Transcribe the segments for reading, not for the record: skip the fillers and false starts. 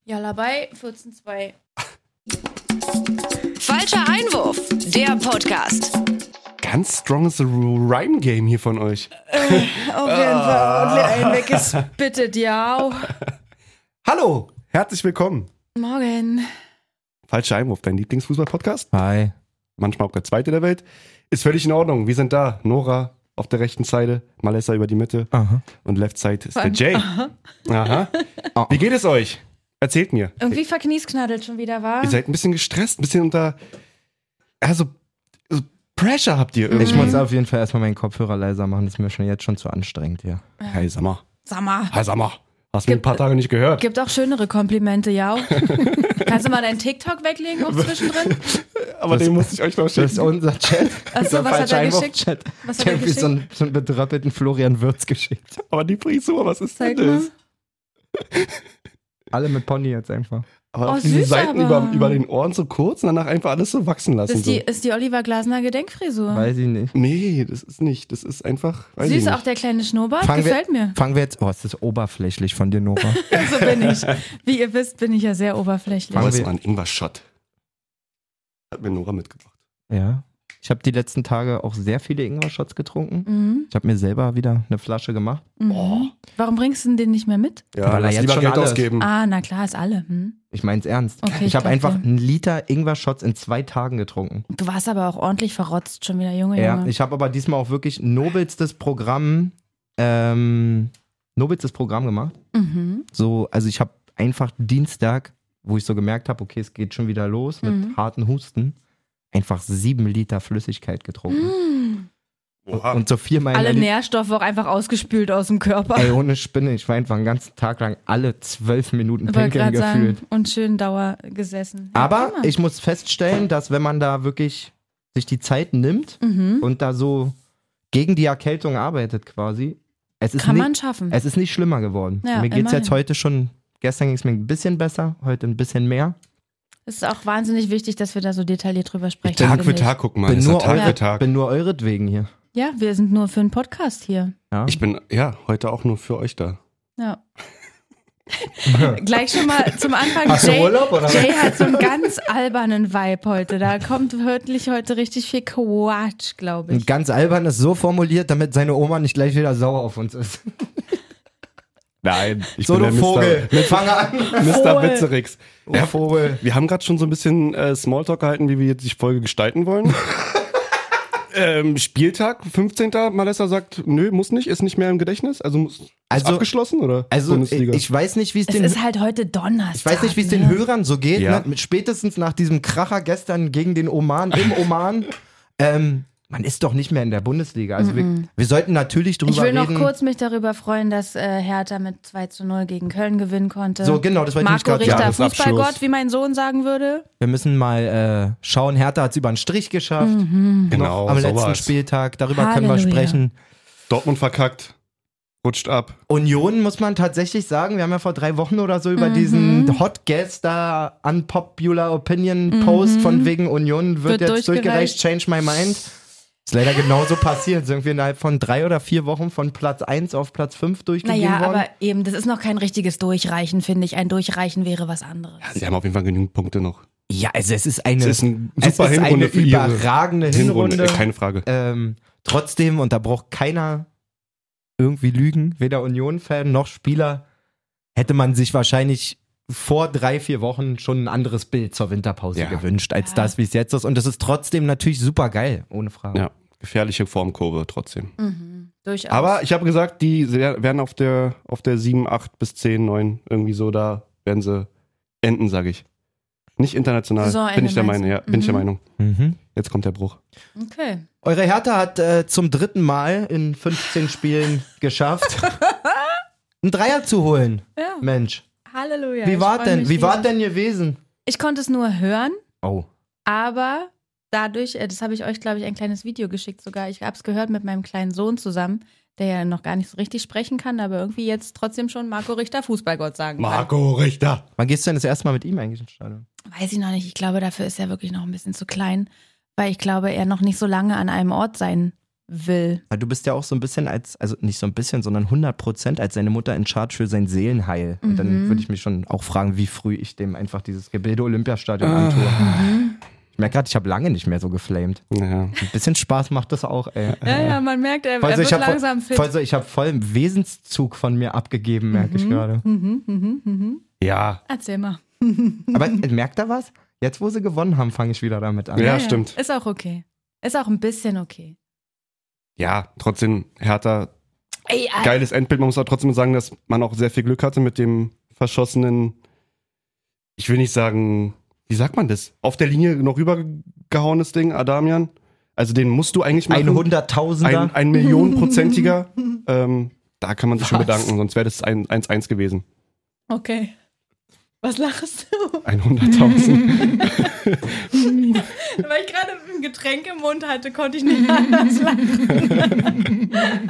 Yalla bei 14-2. Falscher Einwurf, der Podcast. Ganz stronges Rhyme-Game hier von euch. Auf jeden Fall ordentlich einen weggespittet, ja. Hallo, herzlich willkommen. Morgen. Falscher Einwurf, dein Lieblingsfußball-Podcast. Hi. Manchmal auch der zweite der Welt. Ist völlig in Ordnung. Wir sind da. Nora auf der rechten Seite, Malessa über die Mitte. Aha. Und Left Side ist der Jay. Aha. Wie geht es euch? Erzählt mir. Irgendwie verkniesknaddelt schon wieder, war. Ihr seid ein bisschen gestresst, ein bisschen unter... Also Pressure habt ihr irgendwie. Ich muss auf jeden Fall erstmal meinen Kopfhörer leiser machen, das ist mir schon jetzt schon zu anstrengend hier. Hey, sag mal. Sag mal. Hey, sag mal. Hast du mich ein paar Tage nicht gehört? Gibt auch schönere Komplimente, ja. Kannst du mal deinen TikTok weglegen, auch zwischendrin? Aber den musste ich euch noch Das schicken. ist unser Chat. Achso, was hat er geschickt? Chat. Was hat Der er hat mir geschickt? so einen bedröppelten Florian Würz geschickt. Aber die Frisur, was ist Zeig denn mal. das? Alle mit Pony jetzt einfach. Aber Oh, auch diese süß Seiten aber. über den Ohren so kurz und danach einfach alles so wachsen lassen. Ist die Oliver Glasner Gedenkfrisur. Weiß ich nicht. Nee, das ist nicht. Das ist einfach. Weiß ich Süß, nicht. auch der kleine Schnurrbart, Fangen gefällt mir. Fangen wir jetzt. Oh, es ist oberflächlich von dir, Nora. So bin ich. Wie ihr wisst, bin ich ja sehr oberflächlich. Aber Fangen es wir- war ein Ingwer-Shot. Hat mir Nora mitgebracht. Ja. Ich habe die letzten Tage auch sehr viele Ingwer-Shots getrunken. Mhm. Ich habe mir selber wieder eine Flasche gemacht. Mhm. Warum bringst du den nicht mehr mit? Ja, Weil er lass jetzt lieber schon Geld alles- ausgeben. Ah, na klar, ist alle. Ich mein's ernst. Okay, ich habe ich einfach dachte- einen Liter Ingwer-Shots in 2 Tagen getrunken. Du warst aber auch ordentlich verrotzt, schon wieder, Junge. Ja, ich habe aber diesmal auch wirklich nobelstes Programm gemacht. Mhm. So, also ich habe einfach Dienstag, wo ich so gemerkt habe, okay, es geht schon wieder los mit harten Husten, einfach 7 Liter Flüssigkeit getrunken. Oha. Und so 4 Mal in Alle der Li- Nährstoffe auch einfach ausgespült aus dem Körper. Ey, ohne Spinne, ich war einfach einen ganzen Tag lang alle 12 Minuten Ich wollte pinkeln gerade sagen, gefühlt. und schön Dauer gesessen. Ja, Aber prima. ich muss feststellen, dass wenn man da wirklich sich die Zeit nimmt und da so gegen die Erkältung arbeitet quasi, es ist Kann nicht, man schaffen. Es ist nicht schlimmer geworden. Ja, Mir geht's jetzt immerhin. heute schon, gestern ging es mir ein bisschen besser, heute ein bisschen mehr. Es ist auch wahnsinnig wichtig, dass wir da so detailliert drüber sprechen. Tag für finde ich. Tag gucken, mal. Bin Ist ja nur, Tag eure, für Tag. bin nur euretwegen hier. Ja, wir sind nur für einen Podcast hier. Ja? Ich bin, heute auch nur für euch da. Ja. Gleich schon mal zum Anfang. Hast du Urlaub, oder? Jay hat so einen ganz albernen Vibe heute. Da kommt wirklich heute richtig viel Quatsch, glaube ich. Und ganz albern ist so formuliert, damit seine Oma nicht gleich wieder sauer auf uns ist. Nein, ich So, bin du der Vogel, fange an. Mr. Vogel. Witzerix. Ja, Vogel. Wir haben gerade schon so ein bisschen Smalltalk gehalten, wie wir jetzt die Folge gestalten wollen. Spieltag, 15. Malessa sagt, nö, muss nicht, ist nicht mehr im Gedächtnis. Also ist abgeschlossen, oder? Also Bundesliga? ich weiß nicht, wie es Es den... ist halt heute Donnerstag. Ich weiß nicht, wie es den ne? Hörern so geht. Ja. Ne? Spätestens nach diesem Kracher gestern gegen den Oman, im Oman. Man ist doch nicht mehr in der Bundesliga. Also wir sollten natürlich drüber Ich will noch reden. kurz mich darüber freuen, dass Hertha mit 2:0 gegen Köln gewinnen konnte. So, genau, das wollte ich Marco gerade Richter, sagen. Jahresabschluss. Fußballgott, wie mein Sohn sagen würde. Wir müssen mal schauen. Hertha hat es über den Strich geschafft. genau, Am letzten sowas. Spieltag. Darüber können wir Halleluja. sprechen. Dortmund verkackt, rutscht ab. Union muss man tatsächlich sagen, wir haben ja vor 3 Wochen oder so über diesen Hot Guest da Unpopular Opinion Post von wegen Union wird jetzt durchgereicht, change my mind. Ist leider genauso passiert. Sind wir innerhalb von 3 oder 4 Wochen von Platz 1 auf Platz 5 durchgegeben Naja, worden. aber eben, das ist noch kein richtiges Durchreichen, finde ich. Ein Durchreichen wäre was anderes. Sie haben auf jeden Fall genügend Punkte noch. Ja, also es ist eine, Es ist eine es super ist Hinrunde eine für ihre überragende Hinrunde. Keine Frage. Trotzdem, und da braucht keiner irgendwie lügen, weder Union-Fan noch Spieler, hätte man sich wahrscheinlich vor 3-4 Wochen schon ein anderes Bild zur Winterpause Ja. gewünscht, als das, wie es jetzt ist. Und das ist trotzdem natürlich super geil, ohne Frage. Ja, gefährliche Formkurve trotzdem. Durchaus. Aber ich habe gesagt, die werden auf der 7, 8 bis 10, 9 irgendwie so, da werden sie enden, sage ich. Nicht international, Saisonende bin ich der meinst Meinung. du? Ja, bin ich der Meinung. Mhm. Jetzt kommt der Bruch. Okay. Eure Hertha hat zum 3. Mal in 15 Spielen geschafft, einen Dreier zu holen. Ja. Mensch, Halleluja. wie ich war freu denn? mich Wie war riesig. denn gewesen? Ich konnte es nur hören, Oh. aber dadurch, das habe ich euch, glaube ich, ein kleines Video geschickt sogar. Ich habe es gehört mit meinem kleinen Sohn zusammen, der ja noch gar nicht so richtig sprechen kann, aber irgendwie jetzt trotzdem schon Marco Richter Fußballgott sagen kann. Marco Richter. Wann gehst du denn das erste Mal mit ihm eigentlich ins Stadion? Weiß ich noch nicht. Ich glaube, dafür ist er wirklich noch ein bisschen zu klein, weil ich glaube, er noch nicht so lange an einem Ort sein will. Du bist ja auch so ein bisschen also nicht so ein bisschen, sondern 100% als seine Mutter in Charge für sein Seelenheil. Und dann würde ich mich schon auch fragen, wie früh ich dem einfach dieses Gebilde Olympiastadion antue. Ich merke gerade, ich habe lange nicht mehr so geflamed. Ja. Ein bisschen Spaß macht das auch, ey. Ja, man merkt, er wird langsam fit. Ich habe voll einen Wesenszug von mir abgegeben, merke ich gerade. Ja. Erzähl mal. Aber merkt er was? Jetzt, wo sie gewonnen haben, fange ich wieder damit an. Ja, stimmt. Ist auch okay. Ist auch ein bisschen okay. Ja, trotzdem Hertha. Geiles Endbild. Man muss auch trotzdem sagen, dass man auch sehr viel Glück hatte mit dem verschossenen, ich will nicht sagen, wie sagt man das? Auf der Linie noch rübergehauenes Ding, Adamian. Also den musst du eigentlich machen. 100.000er. Ein Millionenprozentiger. Da kann man sich schon bedanken, sonst wäre das 1-1 gewesen. Okay. Was lachst du? 100.000. Weil ich gerade ein Getränk im Mund hatte, konnte ich nicht anders lachen.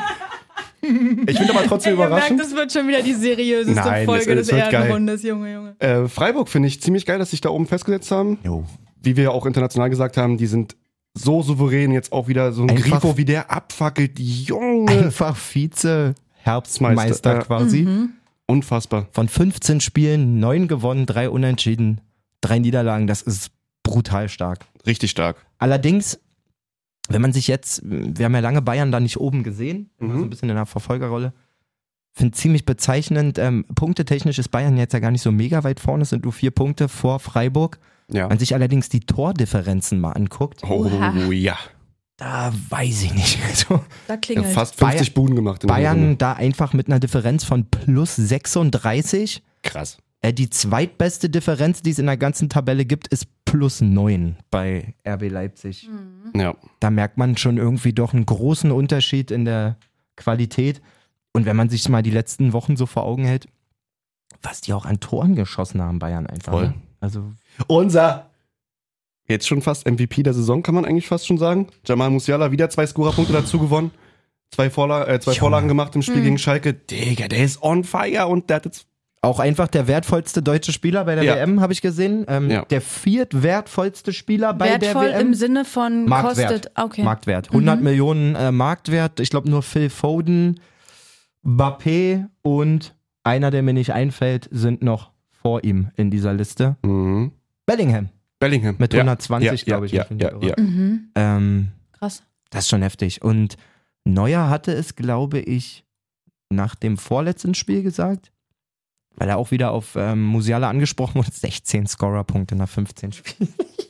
Ich finde aber trotzdem überraschend. Das wird schon wieder die seriöseste Folge des Erdenrundes, Junge. Freiburg finde ich ziemlich geil, dass sich da oben festgesetzt haben. Jo. Wie wir auch international gesagt haben, die sind so souverän, jetzt auch wieder so ein Grifo, wie der abfackelt, die Junge. Einfach Vize-Herbstmeister quasi. Unfassbar. Von 15 Spielen 9 gewonnen, 3 unentschieden, 3 Niederlagen. Das ist brutal stark. Richtig stark. Allerdings, wenn man sich jetzt, wir haben ja lange Bayern da nicht oben gesehen, so ein bisschen in der Verfolgerrolle, finde ziemlich bezeichnend, punktetechnisch ist Bayern jetzt ja gar nicht so mega weit vorne, es sind nur 4 Punkte vor Freiburg. Ja. Wenn man sich allerdings die Tordifferenzen mal anguckt, Ja. da weiß ich nicht. Also, Da klingelt. Fast 50 Buden gemacht. In der Bayern Runde. da einfach mit einer Differenz von plus 36. Krass. Die zweitbeste Differenz, die es in der ganzen Tabelle gibt, ist plus 9 bei RB Leipzig. Ja. Da merkt man schon irgendwie doch einen großen Unterschied in der Qualität. Und wenn man sich mal die letzten Wochen so vor Augen hält, was die auch an Toren geschossen haben, Bayern einfach. Voll. Ne? Also Unser jetzt schon fast MVP der Saison, kann man eigentlich fast schon sagen. Jamal Musiala wieder 2 Scorerpunkte dazu gewonnen. 2 Vorlagen gemacht im Spiel gegen Schalke. Digga, der ist on fire und der hat jetzt auch einfach der wertvollste deutsche Spieler bei der WM, habe ich gesehen. Der viertwertvollste Spieler bei der WM. Wertvoll im Sinne von Marktwert. kostet. Okay. Marktwert. 100 Millionen Marktwert. Ich glaube nur Phil Foden, Mbappé und einer, der mir nicht einfällt, sind noch vor ihm in dieser Liste. Bellingham. Mit 120, glaube ich. Ja. Krass. Das ist schon heftig. Und Neuer hatte es, glaube ich, nach dem vorletzten Spiel gesagt, weil er auch wieder auf Musiala angesprochen wurde, 16 Scorerpunkte nach 15 Spielen.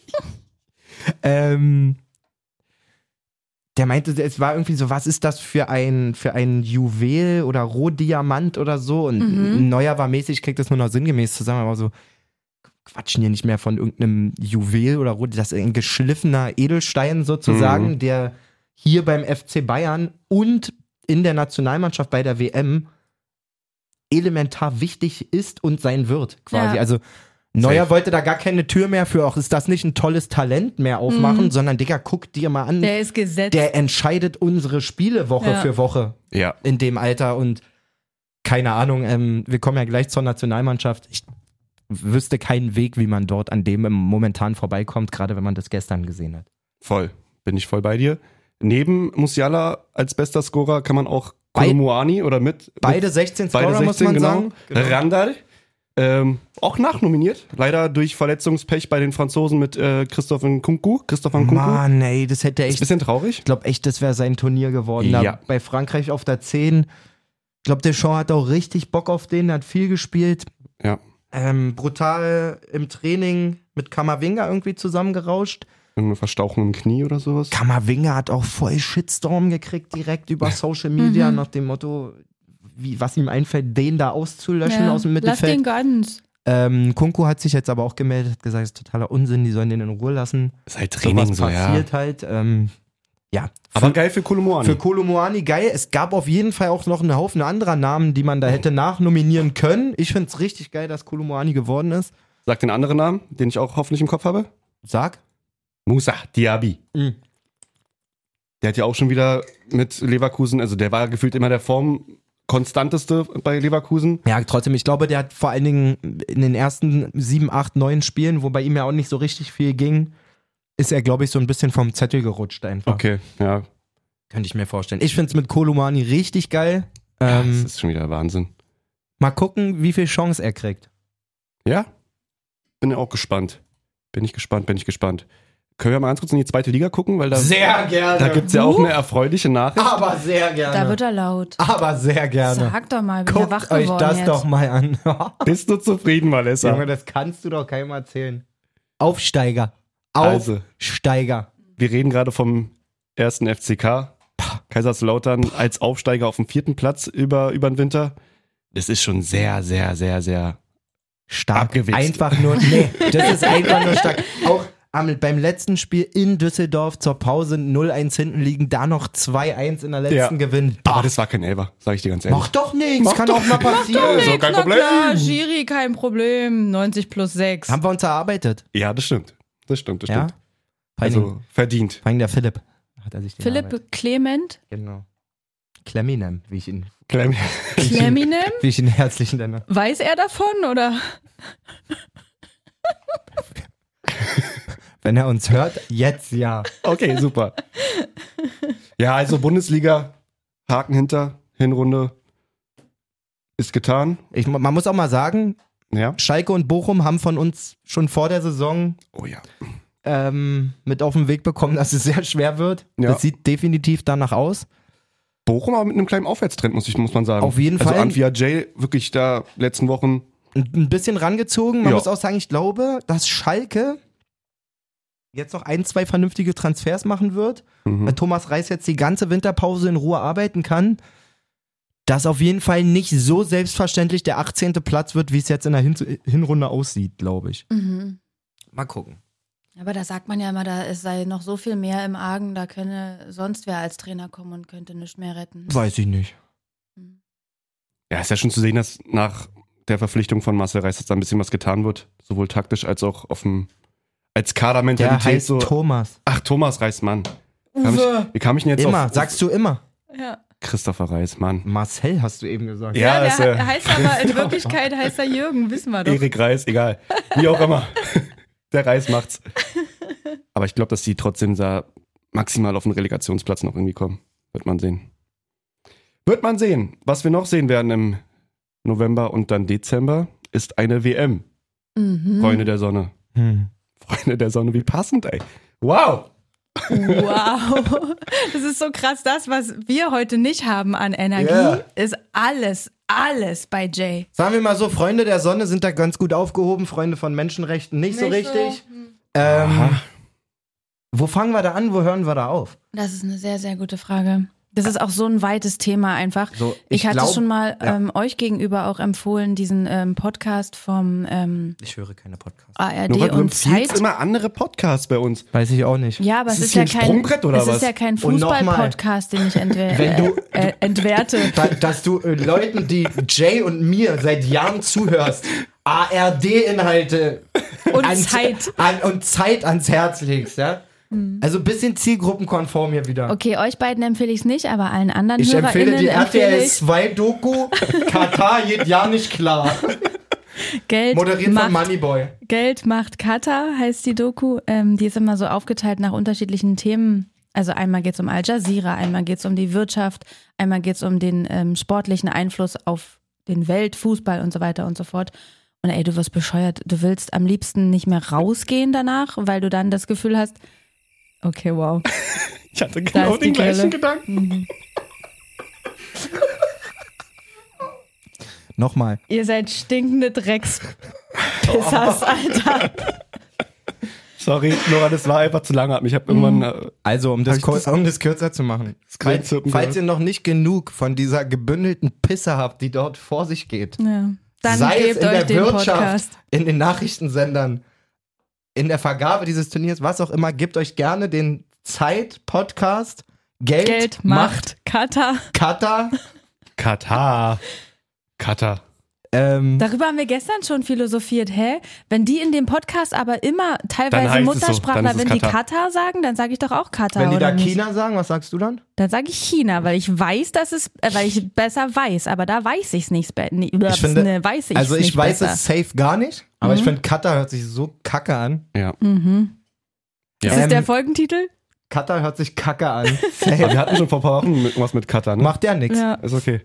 Der meinte, es war irgendwie so, was ist das für ein Juwel oder Rohdiamant oder so? Und Neuer war mäßig, ich krieg das nur noch sinngemäß zusammen, aber so, quatschen hier nicht mehr von irgendeinem Juwel oder das ist ein geschliffener Edelstein sozusagen, der hier beim FC Bayern und in der Nationalmannschaft bei der WM elementar wichtig ist und sein wird, quasi. Ja. Also Neuer wollte da gar keine Tür mehr für, auch ist das nicht ein tolles Talent mehr aufmachen, sondern Digga, guck dir mal an. Der ist gesetzt. Der entscheidet unsere Spiele Woche für Woche in dem Alter und keine Ahnung, wir kommen ja gleich zur Nationalmannschaft. Ich wüsste keinen Weg, wie man dort an dem momentan vorbeikommt, gerade wenn man das gestern gesehen hat. Voll, bin ich voll bei dir. Neben Musiala als bester Scorer kann man auch Kolomuani oder beide 16 Scorer, beide 16, muss man genau. sagen. Genau. Randall, auch nachnominiert. Leider durch Verletzungspech bei den Franzosen mit Christoph Nkunku. Mann, ey, das hätte echt... Ist ein bisschen traurig. Ich glaube echt, das wäre sein Turnier geworden. Ja. Da bei Frankreich auf der 10. Ich glaube, Deschamps hat auch richtig Bock auf den, hat viel gespielt. Ja. Brutal im Training mit Kamavinga irgendwie zusammengerauscht. Irgendeine Verstauchung im Knie oder sowas. Kamavinga hat auch voll Shitstorm gekriegt direkt über Social Media nach dem Motto, was ihm einfällt, den da auszulöschen aus dem Mittelfeld. Lass den ganz. Kunku hat sich jetzt aber auch gemeldet, hat gesagt, es ist totaler Unsinn, die sollen den in Ruhe lassen. Das ist halt Training so, passiert halt. Aber geil für Kolomuani. Für Kolomuani geil. Es gab auf jeden Fall auch noch einen Haufen anderer Namen, die man da hätte nachnominieren können. Ich finde es richtig geil, dass Kolomuani geworden ist. Sag den anderen Namen, den ich auch hoffentlich im Kopf habe. Sag. Moussa Diaby. Der hat ja auch schon wieder mit Leverkusen, also der war gefühlt immer der formkonstanteste bei Leverkusen. Ja, trotzdem, ich glaube, der hat vor allen Dingen in den ersten 7, 8, 9 Spielen, wo bei ihm ja auch nicht so richtig viel ging, ist er, glaube ich, so ein bisschen vom Zettel gerutscht einfach. Okay, ja. Könnte ich mir vorstellen. Ich finde es mit Kolumani richtig geil. Das ist schon wieder Wahnsinn. Mal gucken, wie viel Chance er kriegt. Ja, bin auch gespannt. Bin ich gespannt. Können wir mal ganz kurz in die zweite Liga gucken? Weil Sehr gerne. Da gibt es ja auch eine erfreuliche Nachricht. Aber sehr gerne. Da wird er laut. Aber sehr gerne. Sag doch mal, bin er wach Guckt euch geworden das jetzt. doch mal an. Bist du zufrieden, Vanessa? Junge, das kannst du doch keinem erzählen. Aufsteiger. Also. Aufsteiger. Wir reden gerade vom ersten FCK. Kaiserslautern als Aufsteiger auf dem 4. Platz über den Winter. Das ist schon sehr, sehr, sehr, sehr stark. Abgewichst. Einfach nur, das ist einfach nur stark. Auch beim letzten Spiel in Düsseldorf zur Pause 0-1 hinten liegen, da noch 2-1 in der letzten Gewinn. Aber das war kein Elfer, sag ich dir ganz ehrlich. Mach doch nichts, kann auch mal passieren. So, kein Na Problem. klar, Schiri, kein Problem. 90 plus 6. Haben wir uns erarbeitet. Ja, das stimmt. Ja? Also verdient. Vor allem der Philipp. Hat er sich den erarbeitet. Philipp Clement? Genau. Cleminem, wie ich ihn Cleminem? Wie ich ihn herzlich nenne. Weiß er davon, oder? Wenn er uns hört, jetzt ja. Okay, super. Ja, also Bundesliga, Haken hinter, Hinrunde ist getan. Man muss auch mal sagen, Ja. Schalke und Bochum haben von uns schon vor der Saison Oh ja. mit auf den Weg bekommen, dass es sehr schwer wird. Ja. Das sieht definitiv danach aus. Bochum aber mit einem kleinen Aufwärtstrend, muss man sagen. Auf jeden also Fall. Anfia Jay wirklich da letzten Wochen. Ein bisschen rangezogen. Man Ja. muss auch sagen, ich glaube, dass Schalke jetzt noch 1-2 vernünftige Transfers machen wird. Weil Thomas Reis jetzt die ganze Winterpause in Ruhe arbeiten kann. Dass auf jeden Fall nicht so selbstverständlich der 18. Platz wird, wie es jetzt in der Hinrunde aussieht, glaube ich. Mhm. Mal gucken. Aber da sagt man ja immer, da es sei noch so viel mehr im Argen, da könne sonst wer als Trainer kommen und könnte nichts mehr retten. Weiß ich nicht. Ja, ist ja schon zu sehen, dass nach der Verpflichtung von Marcel Reis jetzt da ein bisschen was getan wird. Sowohl taktisch als auch als Der Kadermentalität. heißt so. Thomas. Ach, Thomas Reis, Mann. Wie kam ich denn jetzt Immer. auf Sagst du immer. Ja. Christopher Reis, Mann. Marcel hast du eben gesagt. Ja, ist, der heißt aber in Wirklichkeit heißt er Jürgen, wissen wir doch. Erik Reis, egal. Wie auch immer. Der Reis macht's. Aber ich glaube, dass die trotzdem da maximal auf den Relegationsplatz noch irgendwie kommen. Wird man sehen. Was wir noch sehen werden im November und dann Dezember, ist eine WM. Freunde der Sonne. Freunde der Sonne, wie passend, ey. Wow. Wow. Das ist so krass. Das, was wir heute nicht haben an Energie, ist alles bei Jay. Sagen wir mal so, Freunde der Sonne sind da ganz gut aufgehoben, Freunde von Menschenrechten nicht so richtig. Wo fangen wir da an, wo hören wir da auf? Das ist eine sehr, sehr gute Frage. Das ist auch so ein weites Thema einfach. So, ich hatte glaub, schon mal euch gegenüber auch empfohlen, diesen Podcast vom ich höre keine Podcasts. ARD Nur weil du und empfiehlst Zeit. immer andere Podcasts bei uns. Weiß ich auch nicht. Ja, aber Ist es das ist hier ja ein kein Sprungbrett oder es was? ist ja kein Und nochmal, Fußball-Podcast, den ich wenn du entwerte. dass du Leuten, die Jay und mir seit Jahren zuhörst, ARD-Inhalte Und Zeit. und Zeit ans Herz legst, ja? Also ein bisschen zielgruppenkonform hier wieder. Okay, euch beiden empfehle ich es nicht, aber allen anderen Ich empfehle HörerInnen die empfehle RTL ich 2 Doku, Katar geht ja nicht klar. Moderiert von Moneyboy. Geld macht Katar, heißt die Doku. Die ist immer so aufgeteilt nach unterschiedlichen Themen. Also einmal geht es um Al Jazeera, einmal geht es um die Wirtschaft, einmal geht es um den sportlichen Einfluss auf den Weltfußball und so weiter und so fort. Und ey, du wirst bescheuert. Du willst am liebsten nicht mehr rausgehen danach, weil du dann das Gefühl hast, okay, wow. Ich hatte Da genau ist die den gleichen Quelle. Gedanken. Nochmal. Ihr seid stinkende Dreckspissers, Alter. Sorry, Nora, das war einfach zu langatmig. Ich habe irgendwann... Also, um das kürzer zu machen. Falls Grillenzirpen ihr noch nicht genug von dieser gebündelten Pisse habt, die dort vor sich geht, Ja. Dann sei es gebt in euch der den Wirtschaft, Podcast. in den Nachrichtensendern, in der Vergabe dieses Turniers, was auch immer, gebt euch gerne den Zeit-Podcast Geld macht Katar. Katar. Katar. Darüber haben wir gestern schon philosophiert. Hä? Wenn die in dem Podcast aber immer Dann teilweise heißt es so, Muttersprachler, dann ist es wenn die Katar. Katar sagen, dann sage ich doch auch Katar. Wenn die oder da nicht? China sagen, was sagst du dann? Dann sage ich China, weil ich weiß, weil ich besser weiß. Aber da weiß ich es nicht. Ich finde, weiß ich also ich nicht weiß besser. es safe gar nicht, aber ich finde Katar hört sich so kacke an. Ja. Ist es der Folgentitel? Katar hört sich kacke an. Aber wir hatten schon vor ein paar Wochen irgendwas mit Katar, ne? Macht ja nichts. Ja. Ist okay.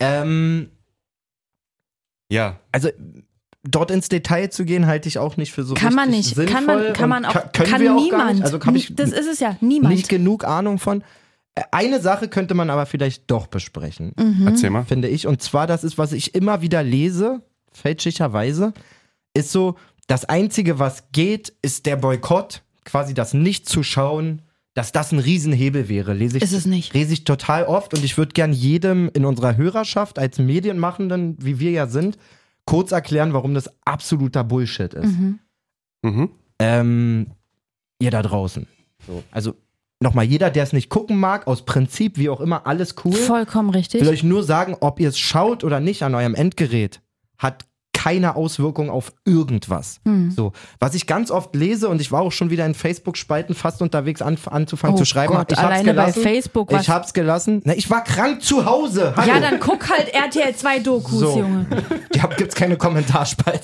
Ja. Also dort ins Detail zu gehen, halte ich auch nicht für so Kann man richtig nicht. sinnvoll. Kann man auch. Können Kann wir auch niemand. gar nicht. Also habe ich das ist es ja. Niemand. nicht genug Ahnung von. Eine Sache könnte man aber vielleicht doch besprechen, Erzähl mal. finde ich. Und zwar, das ist, was ich immer wieder lese, fälschlicherweise, ist so, das Einzige, was geht, ist der Boykott, quasi das Nicht-zu-schauen, dass das ein Riesenhebel wäre. Lese ich total oft und ich würde gern jedem in unserer Hörerschaft als Medienmachenden, wie wir ja sind, kurz erklären, warum das absoluter Bullshit ist. Ihr da draußen. So. Also nochmal, jeder, der es nicht gucken mag, aus Prinzip, wie auch immer, alles cool. Vollkommen richtig. Ich will euch nur sagen, ob ihr es schaut oder nicht an eurem Endgerät, hat keine Auswirkung auf irgendwas. So, was ich ganz oft lese, und ich war auch schon wieder in Facebook-Spalten fast unterwegs anzufangen zu schreiben. Gott, ich hab's alleine gelassen. bei Facebook. Ich hab's gelassen. Na, ich war krank zu Hause. Hallo. Ja, dann guck halt RTL 2 Dokus, So. Junge. Gibt's keine Kommentarspalte.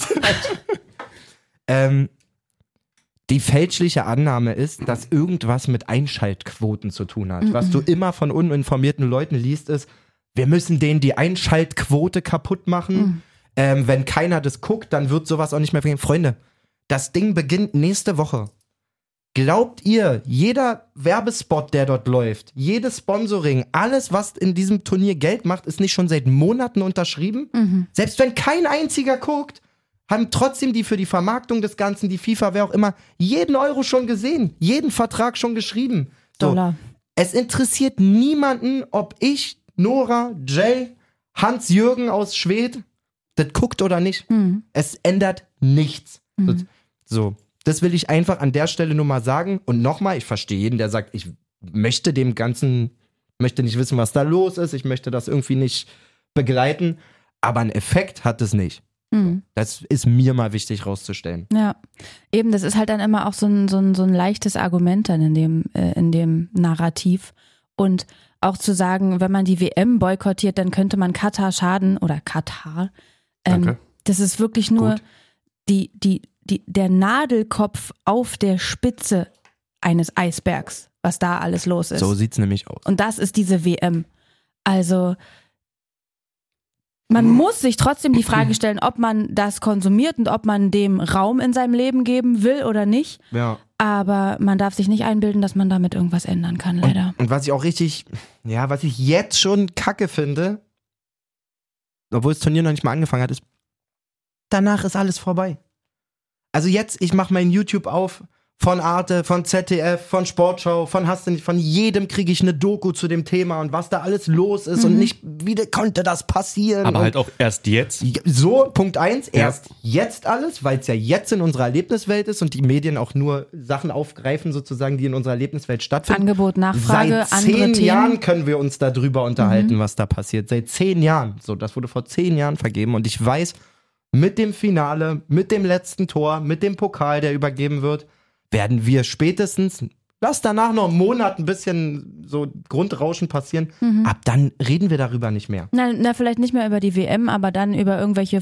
Die fälschliche Annahme ist, dass irgendwas mit Einschaltquoten zu tun hat. Was du immer von uninformierten Leuten liest, ist, wir müssen denen die Einschaltquote kaputt machen. Wenn keiner das guckt, dann wird sowas auch nicht mehr gehen. Freunde, das Ding beginnt nächste Woche. Glaubt ihr, jeder Werbespot, der dort läuft, jedes Sponsoring, alles, was in diesem Turnier Geld macht, ist nicht schon seit Monaten unterschrieben? Selbst wenn kein einziger guckt, haben trotzdem die für die Vermarktung des Ganzen, die FIFA, wer auch immer, jeden Euro schon gesehen, jeden Vertrag schon geschrieben. So. Dollar. Es interessiert niemanden, ob ich, Nora, Jay, Hans-Jürgen aus Schwedt das guckt oder nicht. Es ändert nichts. So, das will ich einfach an der Stelle nur mal sagen. Und nochmal, ich verstehe jeden, der sagt, ich möchte dem Ganzen, möchte nicht wissen, was da los ist, ich möchte das irgendwie nicht begleiten, aber einen Effekt hat es nicht. Das ist mir mal wichtig rauszustellen. Ja, eben, das ist halt dann immer auch so ein leichtes Argument dann in dem Narrativ. Und auch zu sagen, wenn man die WM boykottiert, dann könnte man Katar schaden oder Katar. Danke. Das ist wirklich nur Gut. der Nadelkopf auf der Spitze eines Eisbergs, was da alles los ist. So sieht's nämlich aus. Und das ist diese WM. Also man muss sich trotzdem die Frage stellen, ob man das konsumiert und ob man dem Raum in seinem Leben geben will oder nicht. Ja. Aber man darf sich nicht einbilden, dass man damit irgendwas ändern kann, leider. Und was ich auch was ich jetzt schon kacke finde, obwohl das Turnier noch nicht mal angefangen hat, ist, danach ist alles vorbei. Also jetzt, ich mache mein YouTube auf, von Arte, von ZDF, von Sportschau, von jedem kriege ich eine Doku zu dem Thema und was da alles los ist und nicht, wie konnte das passieren? Aber und halt auch erst jetzt. so, Punkt 1, erst jetzt alles, weil es ja jetzt in unserer Erlebniswelt ist und die Medien auch nur Sachen aufgreifen, sozusagen, die in unserer Erlebniswelt stattfinden. Angebot, Nachfrage, Seit andere 10 Themen. Jahren können wir uns darüber unterhalten, was da passiert. Seit 10 Jahren. So, das wurde vor 10 Jahren vergeben und ich weiß, mit dem Finale, mit dem letzten Tor, mit dem Pokal, der übergeben wird, werden wir spätestens, lass danach noch einen Monat ein bisschen so Grundrauschen passieren, ab dann reden wir darüber nicht mehr. Na, vielleicht nicht mehr über die WM, aber dann über irgendwelche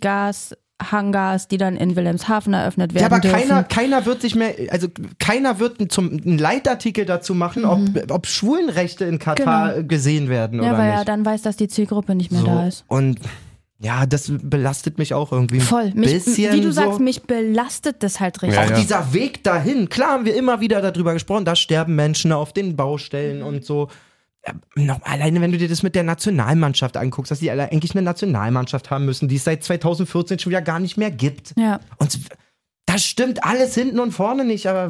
Flüssiggas-Hangars, die dann in Wilhelmshaven eröffnet werden Ja, aber dürfen. keiner wird sich mehr, also keiner wird einen Leitartikel dazu machen, ob Schwulenrechte in Katar gesehen werden Ja, oder weil nicht. er dann weiß, dass die Zielgruppe nicht mehr da ist. Und ja, das belastet mich auch irgendwie Voll. ein bisschen. Wie du so. sagst, mich belastet das halt richtig. Auch dieser Weg dahin, klar haben wir immer wieder darüber gesprochen, da sterben Menschen auf den Baustellen und so. Alleine wenn du dir das mit der Nationalmannschaft anguckst, dass die alle eigentlich eine Nationalmannschaft haben müssen, die es seit 2014 schon wieder gar nicht mehr gibt. Ja. Und das stimmt alles hinten und vorne nicht, aber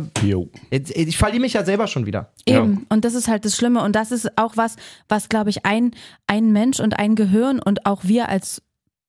ich verliere mich ja selber schon wieder. Eben. Ja. Und das ist halt das Schlimme. Und das ist auch was glaube ich, ein Mensch und ein Gehirn und auch wir als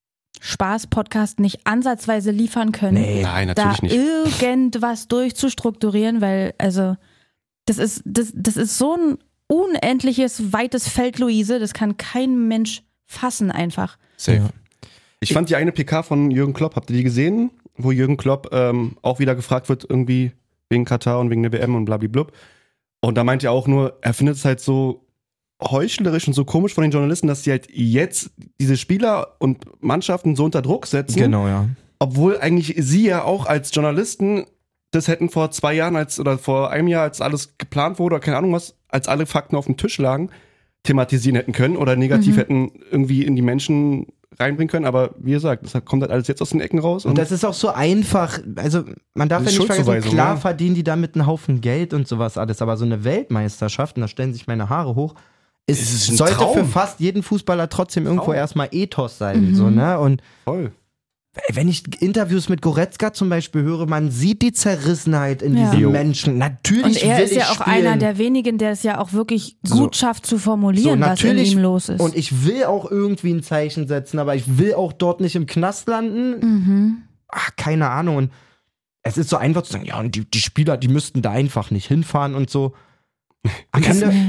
Spaß-Podcast nicht ansatzweise liefern können. Nee. Nein, da natürlich nicht. irgendwas durchzustrukturieren, weil, also, das ist so ein unendliches, weites Feld, Luise, das kann kein Mensch fassen einfach. Safe. Ja. Ich fand die eine PK von Jürgen Klopp, habt ihr die gesehen? Wo Jürgen Klopp auch wieder gefragt wird, irgendwie wegen Katar und wegen der WM und blablablub. Und da meint er auch nur, er findet es halt so heuchlerisch und so komisch von den Journalisten, dass sie halt jetzt diese Spieler und Mannschaften so unter Druck setzen. Genau, ja. Obwohl eigentlich sie ja auch als Journalisten das hätten vor 2 Jahren oder vor einem Jahr, als alles geplant wurde oder keine Ahnung was, als alle Fakten auf dem Tisch lagen, thematisieren hätten können oder negativ hätten irgendwie in die Menschen reinbringen können, aber wie gesagt, das kommt halt alles jetzt aus den Ecken raus. Und das ist auch so einfach, also man darf ja nicht vergessen, klar verdienen die damit einen Haufen Geld und sowas alles, aber so eine Weltmeisterschaft, und da stellen sich meine Haare hoch, sollte Traum. Für fast jeden Fußballer trotzdem irgendwo erstmal Ethos sein. So, ne? Und voll. Wenn ich Interviews mit Goretzka zum Beispiel höre, man sieht die Zerrissenheit in diesen Menschen. Natürlich will ich spielen. Und er ist ja auch einer der wenigen, der es ja auch wirklich gut schafft zu formulieren, was in ihm los ist. Und ich will auch irgendwie ein Zeichen setzen, aber ich will auch dort nicht im Knast landen. Ach, keine Ahnung. Und es ist so einfach zu sagen, ja, und die Spieler, die müssten da einfach nicht hinfahren und so. Am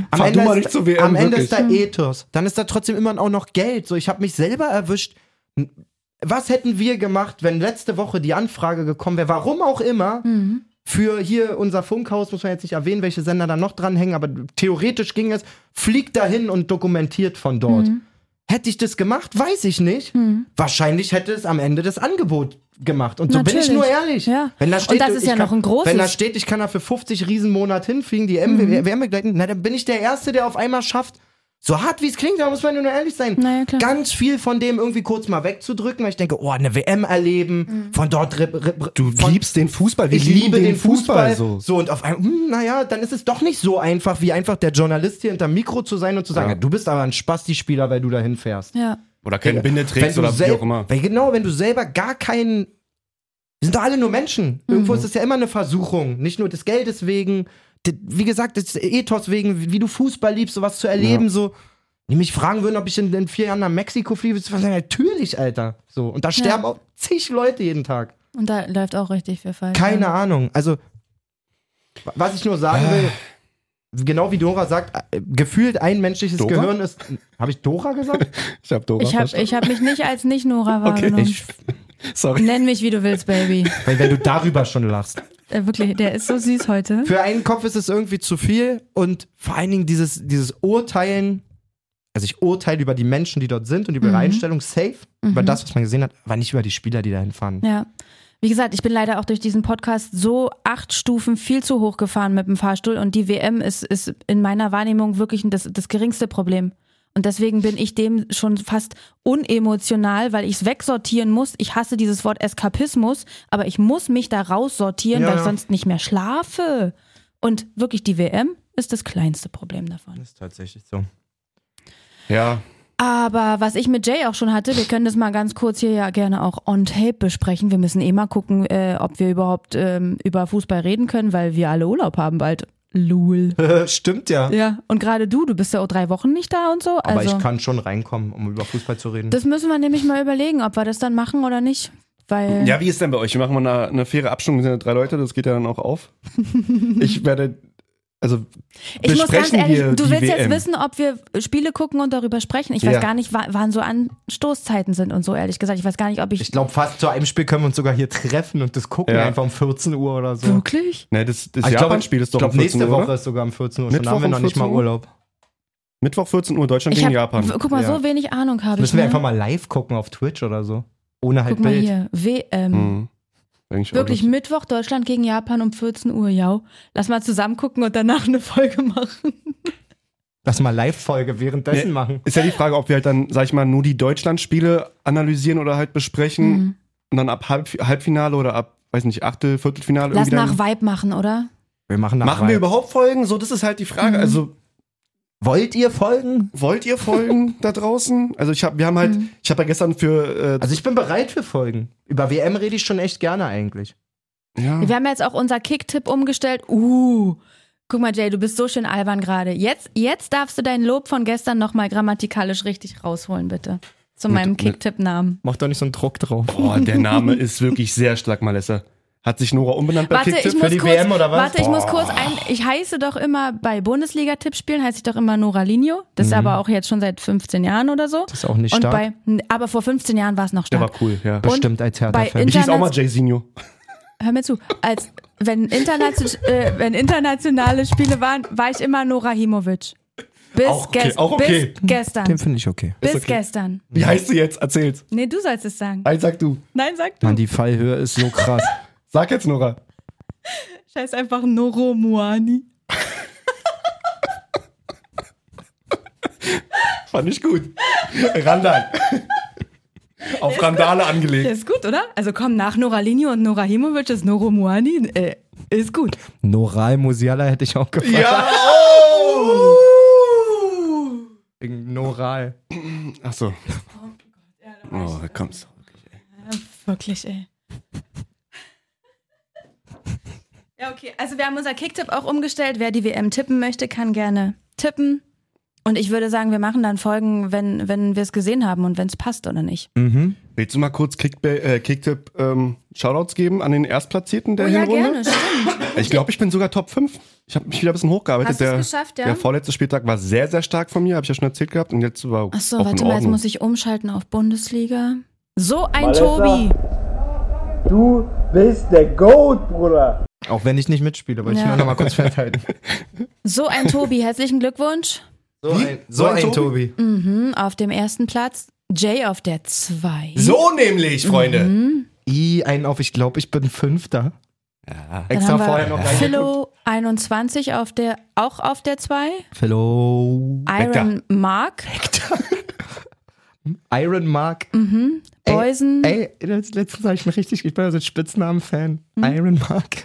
Ende ist da Ethos. Dann ist da trotzdem immer auch noch Geld. So, ich habe mich selber erwischt. Was hätten wir gemacht, wenn letzte Woche die Anfrage gekommen wäre, warum auch immer, für hier unser Funkhaus, muss man jetzt nicht erwähnen, welche Sender da noch dranhängen, aber theoretisch ging es, fliegt dahin und dokumentiert von dort. Hätte ich das gemacht? Weiß ich nicht. Wahrscheinlich hätte es am Ende das Angebot gemacht. Und so bin ich nur ehrlich. Ja. Wenn da steht, und das ist ja noch ein großes... Wenn da steht, ich kann da für 50 Riesenmonat hinfliegen, die WM begleiten, na, dann bin ich der Erste, der auf einmal schafft, so hart wie es klingt, da muss man nur ehrlich sein, ganz viel von dem irgendwie kurz mal wegzudrücken, weil ich denke, oh, eine WM erleben, von dort... Du liebst den Fußball, ich liebe den Fußball. So, und auf einmal, naja, dann ist es doch nicht so einfach, wie einfach der Journalist hier hinterm Mikro zu sein und zu sagen, ja, du bist aber ein Spasti-Spieler, weil du da hinfährst. Ja. Oder keine Binde trägst oder wie auch immer. Weil genau, wenn du selber gar keinen... Wir sind doch alle nur Menschen. Irgendwo ist es ja immer eine Versuchung. Nicht nur des Geldes wegen, wie gesagt, des Ethos wegen, wie du Fußball liebst, sowas zu erleben, so. Die mich fragen würden, ob ich in 4 Jahren nach Mexiko fliege, würde ich sagen, natürlich, Alter. So. Und da sterben auch zig Leute jeden Tag. Und da läuft auch richtig viel falsch. Keine Ahnung. Also, was ich nur sagen will, genau wie Dora sagt, gefühlt ein menschliches Gehirn ist. Habe ich Dora gesagt? Ich habe Dora Ich habe mich nicht als Nicht-Nora wahrgenommen. Sorry. Nenn mich, wie du willst, Baby. Weil wenn du darüber schon lachst. Wirklich, der ist so süß heute. Für einen Kopf ist es irgendwie zu viel und vor allen Dingen dieses Urteilen, also ich urteile über die Menschen, die dort sind und über ihre Einstellung safe, über das, was man gesehen hat, aber nicht über die Spieler, die dahin fahren. Ja. Wie gesagt, ich bin leider auch durch diesen Podcast so 8 Stufen viel zu hoch gefahren mit dem Fahrstuhl und die WM ist in meiner Wahrnehmung wirklich das geringste Problem. Und deswegen bin ich dem schon fast unemotional, weil ich es wegsortieren muss. Ich hasse dieses Wort Eskapismus, aber ich muss mich da raussortieren, weil ich sonst nicht mehr schlafe. Und wirklich, die WM ist das kleinste Problem davon. Das ist tatsächlich so. Ja. Aber was ich mit Jay auch schon hatte, wir können das mal ganz kurz hier ja gerne auch on tape besprechen. Wir müssen mal gucken, ob wir überhaupt über Fußball reden können, weil wir alle Urlaub haben bald. Lul. Stimmt ja. Ja, und gerade du bist ja auch 3 Wochen nicht da und so. Aber ich kann schon reinkommen, um über Fußball zu reden. Das müssen wir nämlich mal überlegen, ob wir das dann machen oder nicht. Weil ja, wie ist denn bei euch? Wir machen mal eine faire Abstimmung, wir sind ja 3 Leute, das geht ja dann auch auf. Ich werde, also ich muss ganz ehrlich, du willst WM. jetzt wissen, ob wir Spiele gucken und darüber sprechen. Ich weiß gar nicht, wann so Anstoßzeiten sind und so, ehrlich gesagt. Ich weiß gar nicht, ob ich glaube, fast zu einem Spiel können wir uns sogar hier treffen und das gucken einfach um 14 Uhr oder so. Wirklich? Ne, das Japan-Spiel ist doch um 14 Uhr, nächste Woche ist sogar um 14 Uhr. Schon haben wir noch nicht mal Urlaub. Mittwoch 14 Uhr, Deutschland gegen Japan. Guck mal, so wenig Ahnung habe ich. Müssen wir einfach mal live gucken auf Twitch oder so. Ohne halt Guck mal Bild. hier, WM. Wirklich Mittwoch Deutschland gegen Japan um 14 Uhr, ja. Lass mal zusammen gucken und danach eine Folge machen. Lass mal Live-Folge währenddessen machen. Ist ja die Frage, ob wir halt dann, sag ich mal, nur die Deutschland-Spiele analysieren oder halt besprechen und dann ab Halbfinale oder ab, weiß nicht, Achtel, Viertelfinale. Lass nach Vibe machen, oder? Wir machen nach Vibe. Wir überhaupt Folgen? So, das ist halt die Frage. Also wollt ihr folgen? Da draußen? Also ich habe ja gestern für... also ich bin bereit für Folgen. Über WM rede ich schon echt gerne eigentlich. Ja. Wir haben jetzt auch unser Kick-Tipp umgestellt. Guck mal, Jay, du bist so schön albern gerade. Jetzt darfst du dein Lob von gestern nochmal grammatikalisch richtig rausholen, bitte. Zu meinem Kick-Tipp-Namen. Mach doch nicht so einen Druck drauf. Boah, der Name ist wirklich sehr stark, Malessa. Hat sich Nora umbenannt bei Kick-Tipp für die WM oder was? Warte, ich muss kurz ich heiße doch immer bei Bundesliga-Tippspielen, heiße ich doch immer Noralinho. Das ist aber auch jetzt schon seit 15 Jahren oder so. Das ist auch nicht stark. Aber vor 15 Jahren war es noch stark. Der war cool, ja. Bestimmt als Hertha-Fan. Ich hieß auch mal Jaysinho. Hör mir zu. Wenn internationale Spiele waren, war ich immer Norahimovic. Bis gestern. Den finde ich okay. Bis gestern. Wie heißt du jetzt? Erzähl's. Nee, du sollst es sagen. Nein, sag du. Nein, sag du. Mann, die Fallhöhe ist so krass. Sag jetzt, Nora. Scheiß einfach Noro Muani. Fand ich gut. Randall. Auf Randale angelegt. Der ist gut, oder? Also komm, nach Noralinho und Norahimovic ist Noro Muani. Ist gut. Noral Musiala hätte ich auch gefragt. Ja! Wegen Noral. Ach so. Oh, da kommst du. Wirklich, ey. Ja, okay. Also wir haben unser Kicktipp auch umgestellt. Wer die WM tippen möchte, kann gerne tippen. Und ich würde sagen, wir machen dann Folgen, wenn wir es gesehen haben und wenn es passt oder nicht. Mhm. Willst du mal kurz Kicktipp Shoutouts geben an den Erstplatzierten der Hinrunde? Ja, gerne, stimmt. Ich glaube, ich bin sogar Top 5. Ich habe mich wieder ein bisschen hochgearbeitet. Hast du es geschafft, ja? Der vorletzte Spieltag war sehr, sehr stark von mir, habe ich ja schon erzählt gehabt. Und jetzt war Achso, auch warte in mal, jetzt Ordnung. muss ich umschalten auf Bundesliga. So ein Malessa, Tobi. Du bist der GOAT, Bruder. Auch wenn ich nicht mitspiele, wollte ich nur noch mal kurz festhalten. So ein Tobi, herzlichen Glückwunsch. So ein Tobi. Mhm, auf dem ersten Platz. Jay auf der 2. So nämlich, Freunde. Ich glaube, ich bin 5. Ja. Dann Extra haben wir vorher noch Philo 21 auch auf der 2. Hello. Iron Mark. Iron Mark. Boysen. Ey, letztens habe ich mir richtig, ich bin ja so ein Spitznamen-Fan. Iron Mark.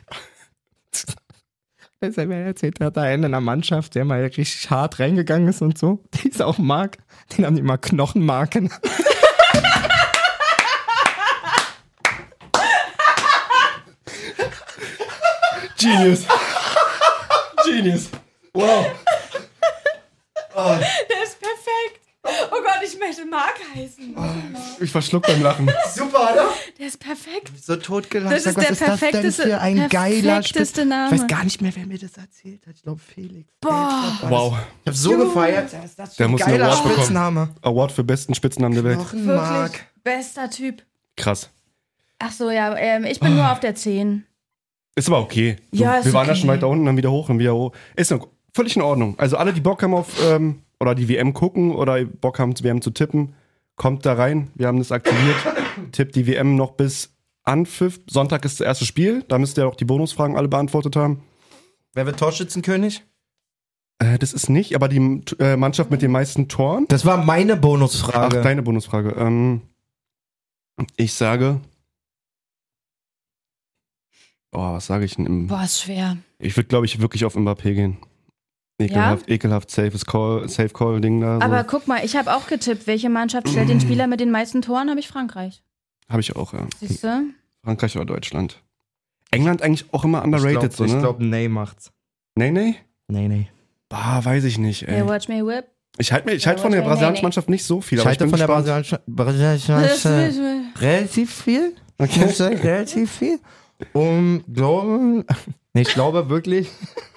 Das hat mir erzählt, da hat einen in der Mannschaft, der mal richtig hart reingegangen ist und so. Die ist auch Mark. Den haben die immer Knochenmarken. Genius. Genius. Wow. Der ist perfekt. Oh Gott, ich möchte Mark heißen. Ich verschluck beim Lachen. Super, oder? Der ist perfekt. So totgelacht. Das ist was der ist das denn perfekteste- für ein geiler perfekteste Name. Ich weiß gar nicht mehr, wer mir das erzählt hat. Ich glaube, Felix. Boah. Wow. Ich habe so gefeiert. Was ist das für Der ein muss einen geiler Award bekommen. Spitzname. Award für besten Spitznamen der Welt. Knochenmark. Wirklich bester Typ. Krass. Ach so, ja, ich bin nur auf der 10. Ist aber okay. Ja, ist wir waren ja okay. schon weiter unten, dann wieder hoch und wieder hoch. Ist noch völlig in Ordnung. Also alle, die Bock haben auf oder die WM gucken oder Bock haben, WM zu tippen, kommt da rein. Wir haben das aktiviert. Tippt die WM noch bis Anpfiff. Sonntag ist das erste Spiel. Da müsst ihr auch die Bonusfragen alle beantwortet haben. Wer wird Torschützenkönig? Das ist nicht, aber die Mannschaft mit den meisten Toren. Das war meine Bonusfrage. Ach, deine Bonusfrage. Ich sage. Oh, was sage ich denn? Boah, ist schwer. Ich würde, glaube ich, wirklich auf Mbappé gehen. Ekelhaft, Safe Call Ding da. So. Aber guck mal, ich habe auch getippt. Welche Mannschaft stellt den Spieler mit den meisten Toren? Habe ich Frankreich. Habe ich auch, ja. Siehst du? Frankreich oder Deutschland. England eigentlich auch immer underrated, Ich ne? glaube, Ney macht's. Nee? Nee. Bah, weiß ich nicht, ey. Hey, watch me whip. Ich halte von der brasilianischen Mannschaft nicht so viel, Ich aber ich halte bin von der gespannt. brasilianischen relativ viel. Okay. Ich sag relativ viel. Ich glaube wirklich.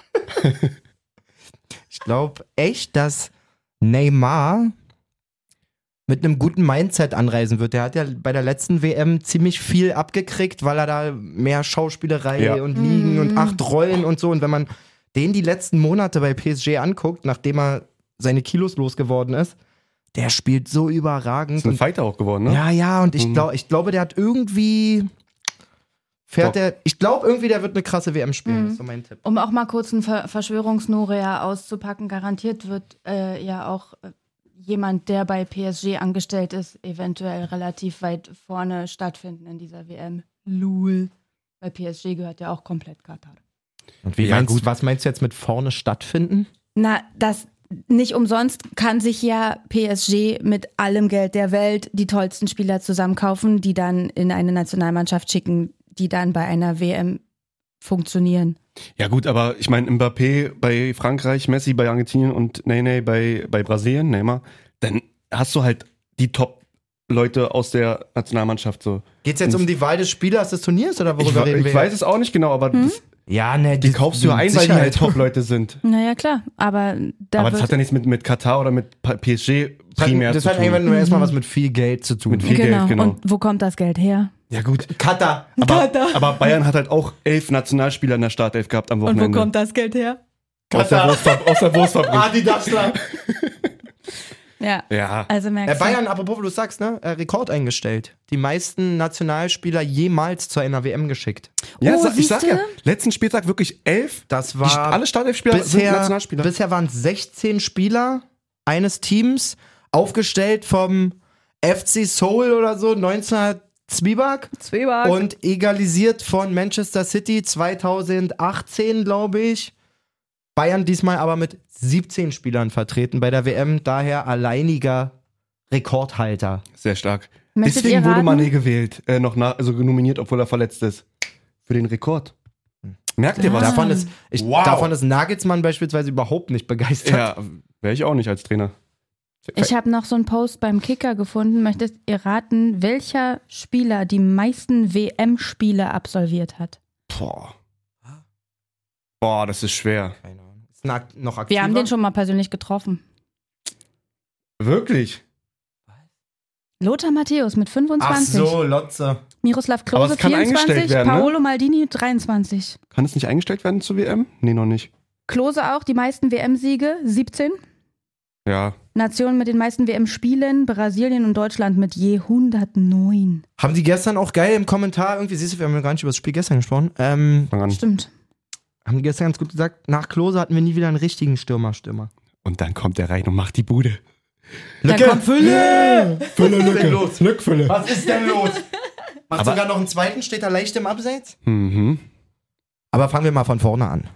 Ich glaube echt, dass Neymar mit einem guten Mindset anreisen wird. Der hat ja bei der letzten WM ziemlich viel abgekriegt, weil er da mehr Schauspielerei und Ligen und 8 Rollen und so. Und wenn man den die letzten Monate bei PSG anguckt, nachdem er seine Kilos losgeworden ist, der spielt so überragend. Ist ein Fighter auch geworden, ne? Ja, und ich glaube, der hat irgendwie. Ich glaube irgendwie, der wird eine krasse WM spielen. Das ist so mein Tipp. Um auch mal kurz ein Verschwörungsnorea auszupacken, garantiert wird ja auch jemand, der bei PSG angestellt ist, eventuell relativ weit vorne stattfinden in dieser WM. Lul. Bei PSG gehört ja auch komplett Katar. Und was meinst du jetzt mit vorne stattfinden? Na, das nicht umsonst kann sich ja PSG mit allem Geld der Welt die tollsten Spieler zusammenkaufen, die dann in eine Nationalmannschaft schicken, die dann bei einer WM funktionieren. Ja gut, aber ich meine Mbappé bei Frankreich, Messi bei Argentinien und Ney bei Brasilien, Neymar, dann hast du halt die Top-Leute aus der Nationalmannschaft so. Geht's jetzt um die Wahl des Spielers des Turniers oder worüber reden wir? Ich weiß es auch nicht genau, aber die kaufst du ja ein, weil die halt Top-Leute sind. Naja, klar, aber Aber das hat ja nichts mit Katar oder mit PSG primär das zu hat tun. einfach nur erstmal was mit viel Geld zu tun. Mit viel Geld, genau. Und wo kommt das Geld her? Ja gut, Katar. aber Bayern hat halt auch 11 Nationalspieler in der Startelf gehabt am Wochenende. Und wo kommt das Geld her? Aus der Wurstfabrik. Adi Dassler. Ja. Also merkst du. Bayern, apropos, du sagst, ne? Rekord eingestellt. Die meisten Nationalspieler jemals zu einer WM geschickt. Ja, ich sag ja, letzten Spieltag wirklich 11. Das war alle Startelf-Spieler sind Nationalspieler. Bisher waren es 16 Spieler eines Teams, aufgestellt vom FC Seoul oder so, 19 Zwieback. Und egalisiert von Manchester City 2018, glaube ich. Bayern diesmal aber mit 17 Spielern vertreten bei der WM, daher alleiniger Rekordhalter. Sehr stark. Deswegen wurde Mané gewählt, nominiert, obwohl er verletzt ist. Für den Rekord. Merkt ihr was? Davon ist Nagelsmann beispielsweise überhaupt nicht begeistert. Ja, wäre ich auch nicht als Trainer. Ich habe noch so einen Post beim Kicker gefunden. Möchtet ihr raten, welcher Spieler die meisten WM-Spiele absolviert hat? Boah, das ist schwer. Keine Ahnung. Ist noch aktiver? Wir haben den schon mal persönlich getroffen. Wirklich? Lothar Matthäus mit 25. Ach so, Lotze. Miroslav Klose 24, werden, Paolo Maldini 23. Kann es nicht eingestellt werden zur WM? Nee, noch nicht. Klose auch, die meisten WM-Siege, 17. Ja. Nationen mit den meisten WM-Spielen, Brasilien und Deutschland mit je 109. Haben die gestern auch geil im Kommentar, irgendwie, siehst du, wir haben ja gar nicht über das Spiel gestern gesprochen. Stimmt. Haben die gestern ganz gut gesagt, nach Klose hatten wir nie wieder einen richtigen Stürmer. Und dann kommt der rein und macht die Bude. Dann kommt Fülle! Lückfülle. Was ist denn los? Macht sogar noch einen zweiten, steht da leicht im Abseits? Mhm. Aber fangen wir mal von vorne an.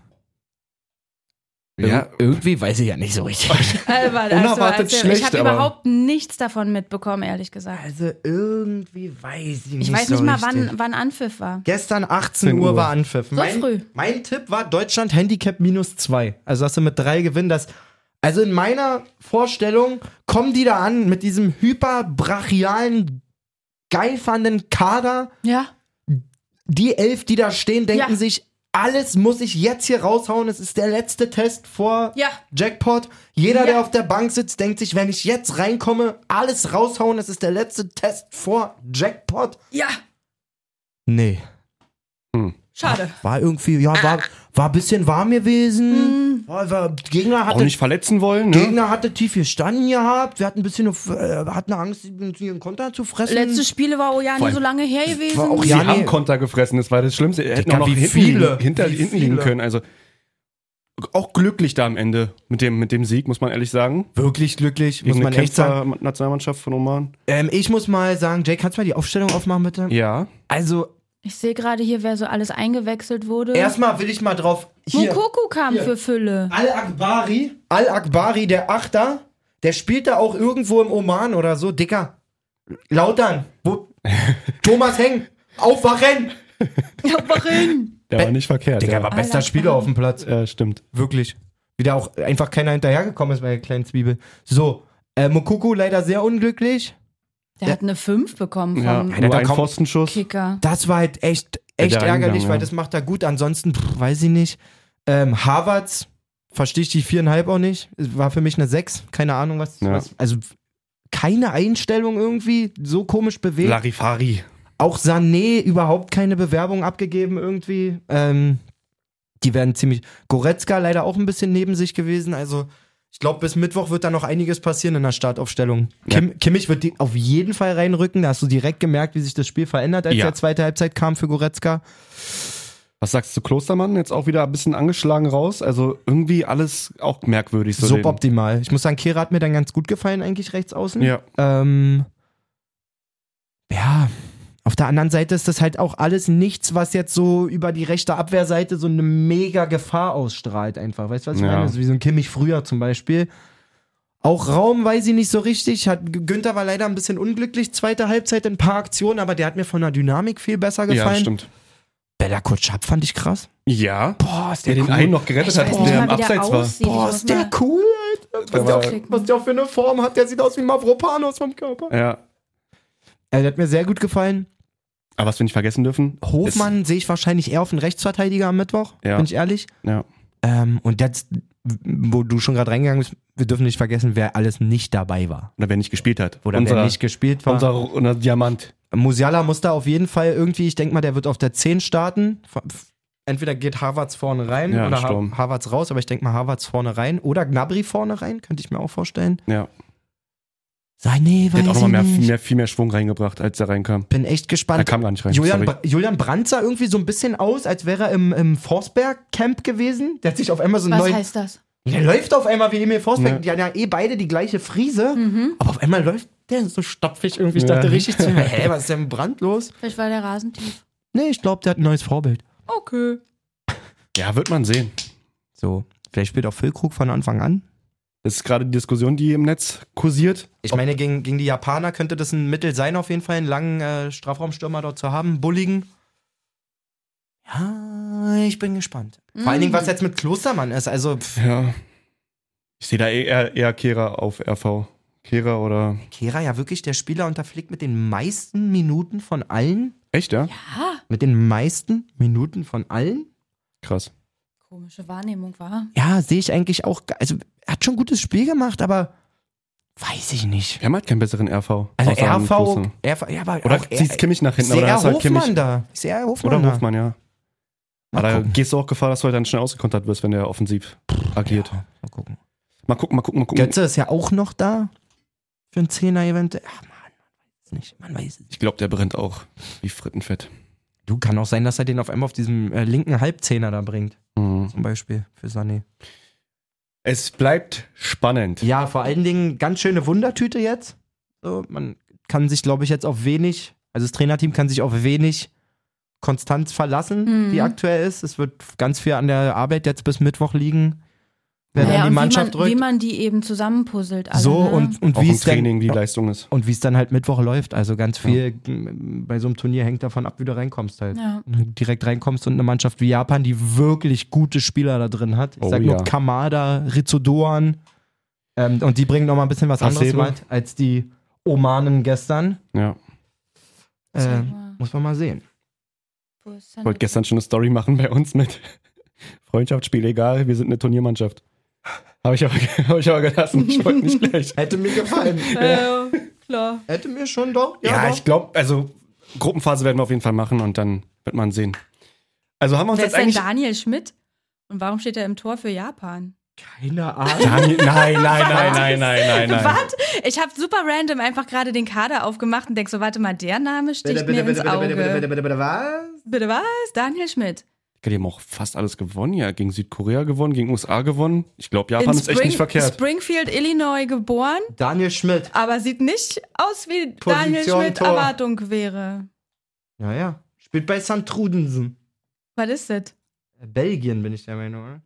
Ja, irgendwie weiß ich ja nicht so richtig. Unerwartet schlecht, ich habe überhaupt nichts davon mitbekommen, ehrlich gesagt. Also irgendwie weiß ich nicht so Ich weiß nicht mal, richtig. wann Anpfiff war. Gestern 18 Uhr war Anpfiff. So früh. Mein Tipp war Deutschland Handicap -2. Also hast du mit 3 gewinnen. Also in meiner Vorstellung kommen die da an mit diesem hyperbrachialen, geifernden Kader. Ja. Die 11, die da stehen, denken sich, alles muss ich jetzt hier raushauen. Es ist der letzte Test vor Jackpot. Jeder, der auf der Bank sitzt, denkt sich, wenn ich jetzt reinkomme, alles raushauen. Es ist der letzte Test vor Jackpot. Ja. Nee. Schade. War irgendwie, war ein bisschen warm gewesen. Gegner auch nicht verletzen wollen. Ne? Gegner hatte tief gestanden gehabt. Wir hatten ein bisschen hatten Angst, ihren Konter zu fressen. Letzte Spiele war auch ja nicht so lange her gewesen. War auch Sie haben Konter gefressen, das war das Schlimmste. Er hätte noch hinten liegen können. Also auch glücklich da am Ende mit dem Sieg, muss man ehrlich sagen. Wirklich glücklich, muss man echt sagen. Nationalmannschaft von Oman. Ich muss mal sagen, Jake, kannst du mal die Aufstellung aufmachen, bitte? Ja. Also ich sehe gerade hier, wer so alles eingewechselt wurde. Erstmal will ich mal drauf. Moukoko kam für Fülle. Al-Akbari, der Achter, der spielt da auch irgendwo im Oman oder so. Dicker. Lautern. Thomas Heng. Aufwachen. Der war nicht verkehrt. Digga, war bester Spieler auf dem Platz. Ja, stimmt. Wirklich. Wieder auch einfach keiner hinterhergekommen ist bei der kleinen Zwiebel. So, Moukoko leider sehr unglücklich. Der hat eine 5 bekommen vom nur ein Pfostenschuss. Kicker. Das war halt echt ärgerlich, weil das macht er gut. Ansonsten, weiß ich nicht. Havertz, verstehe ich die 4,5 auch nicht. War für mich eine 6. Keine Ahnung, was. Also, keine Einstellung irgendwie. So komisch bewegt. Larifari. Auch Sané überhaupt keine Bewerbung abgegeben irgendwie. Die werden ziemlich. Goretzka leider auch ein bisschen neben sich gewesen. Also, ich glaube, bis Mittwoch wird da noch einiges passieren in der Startaufstellung. Kimmich wird die auf jeden Fall reinrücken. Da hast du direkt gemerkt, wie sich das Spiel verändert, als der zweite Halbzeit kam für Goretzka. Was sagst du, Klostermann? Jetzt auch wieder ein bisschen angeschlagen raus. Also irgendwie alles auch merkwürdig. Suboptimal. Ich muss sagen, Kehrer hat mir dann ganz gut gefallen, eigentlich rechts außen. Ja. Auf der anderen Seite ist das halt auch alles nichts, was jetzt so über die rechte Abwehrseite so eine mega Gefahr ausstrahlt einfach. Weißt du, was ich meine? Also wie so ein Kimmich früher zum Beispiel. Auch Raum weiß ich nicht so richtig. Günther war leider ein bisschen unglücklich, zweite Halbzeit in ein paar Aktionen, aber der hat mir von der Dynamik viel besser gefallen. Ja, stimmt. Bella Kotschap fand ich krass. Ja. Boah, ist der den cool. einen noch gerettet hat, der im Abseits war. Boah, ist der cool, Alter. Was der auch für eine Form hat, der sieht aus wie Mavropanos vom Körper. Ja. Der hat mir sehr gut gefallen. Aber was wir nicht vergessen dürfen. Hofmann sehe ich wahrscheinlich eher auf einen Rechtsverteidiger am Mittwoch, bin ich ehrlich. Ja. Und jetzt, wo du schon gerade reingegangen bist, wir dürfen nicht vergessen, wer alles nicht dabei war. Oder wer nicht gespielt hat. Oder wer nicht gespielt war. Unser Diamant. Musiala muss da auf jeden Fall irgendwie, ich denke mal, der wird auf der 10 starten. Entweder geht Havertz vorne rein oder Havertz raus, aber ich denke mal Havertz vorne rein. Oder Gnabry vorne rein, könnte ich mir auch vorstellen. Ja. Nee, der hat auch nochmal viel mehr Schwung reingebracht, als er reinkam. Bin echt gespannt. Er kam gar nicht rein. Julian Brandt sah irgendwie so ein bisschen aus, als wäre er im Forsberg-Camp gewesen. Der hat sich auf einmal so Was heißt das? Der läuft auf einmal wie Emil Forsberg. Die haben ja beide die gleiche Frise. Aber auf einmal läuft der so stapfig irgendwie. Ich dachte richtig zu mir, was ist denn mit Brandt los? Vielleicht war der Rasen tief. Nee, ich glaube, der hat ein neues Vorbild. Okay. Ja, wird man sehen. So, vielleicht spielt auch Füllkrug von Anfang an. Das ist gerade die Diskussion, die im Netz kursiert. Ich meine, gegen die Japaner könnte das ein Mittel sein, auf jeden Fall, einen langen Strafraumstürmer dort zu haben, bulligen. Ja, ich bin gespannt. Vor allen Dingen, was jetzt mit Klostermann ist. Also, ja. Ich sehe da eher Kehrer auf RV. Kehrer oder. Kehrer ja wirklich der Spieler unter Flick mit den meisten Minuten von allen. Echt, ja? Ja. Mit den meisten Minuten von allen? Krass. Komische Wahrnehmung, war. Ja, sehe ich eigentlich auch. Also, er hat schon ein gutes Spiel gemacht, aber weiß ich nicht. Wir haben halt keinen besseren RV. Also RV, ja, aber oder auch ziehst Kimmich nach hinten, sehr aber da ist halt Kimmich. Sehr Hofmann oder da. Hofmann, ja. Aber da gehst du auch Gefahr, dass du halt dann schnell ausgekontert wirst, wenn der offensiv agiert. Ja, mal gucken. Mal gucken. Götze ist ja auch noch da für ein 10er-Event. Ach man weiß es nicht. Ich glaube, der brennt auch wie Frittenfett. Du, kann auch sein, dass er den auf einmal auf diesem linken Halbzehner da bringt. Mhm. Zum Beispiel für Sané. Es bleibt spannend. Ja, vor allen Dingen ganz schöne Wundertüte jetzt. So, man kann sich, glaube ich, jetzt auf wenig, also das Trainerteam kann sich auf wenig Konstanz verlassen, die aktuell ist. Es wird ganz viel an der Arbeit jetzt bis Mittwoch liegen, wer dann die Mannschaft drückt. Wie man die eben zusammenpuzzelt. Alle, so, ne? und auch wie im es Training, wie die Leistung ist. Und wie es dann halt Mittwoch läuft. Also ganz viel bei so einem Turnier hängt davon ab, wie du reinkommst halt. Ja. Direkt reinkommst und eine Mannschaft wie Japan, die wirklich gute Spieler da drin hat. Ich sag nur Kamada, Ritsudoan. Und die bringen nochmal ein bisschen was anderes mit als die Omanen gestern. Ja. Muss man mal sehen. Ich wollte gestern schon eine Story machen bei uns mit Freundschaftsspiel, egal, wir sind eine Turniermannschaft. Habe ich aber gelassen, ich wollte nicht gleich. Hätte mir gefallen. Ja, klar. Hätte mir schon doch. Ja, doch. ich glaube, also Gruppenphase werden wir auf jeden Fall machen und dann wird man sehen. Also haben wir uns Wer jetzt ist denn eigentlich... Daniel Schmidt? Und warum steht er im Tor für Japan? Keine Ahnung. Nein. Warte, ich habe super random einfach gerade den Kader aufgemacht und denk so, warte mal, der Name sticht mir ins Auge. Bitte was? Bitte was? Daniel Schmidt. Die haben auch fast alles gewonnen, ja. Gegen Südkorea gewonnen, gegen USA gewonnen. Ich glaube, Japan ist echt nicht verkehrt. Springfield, Illinois geboren. Daniel Schmidt. Aber sieht nicht aus, wie Position Daniel Schmidt Tor. Erwartung wäre. Ja. Spielt bei St. Trudensen. Was ist das? Belgien, bin ich der Meinung, oder?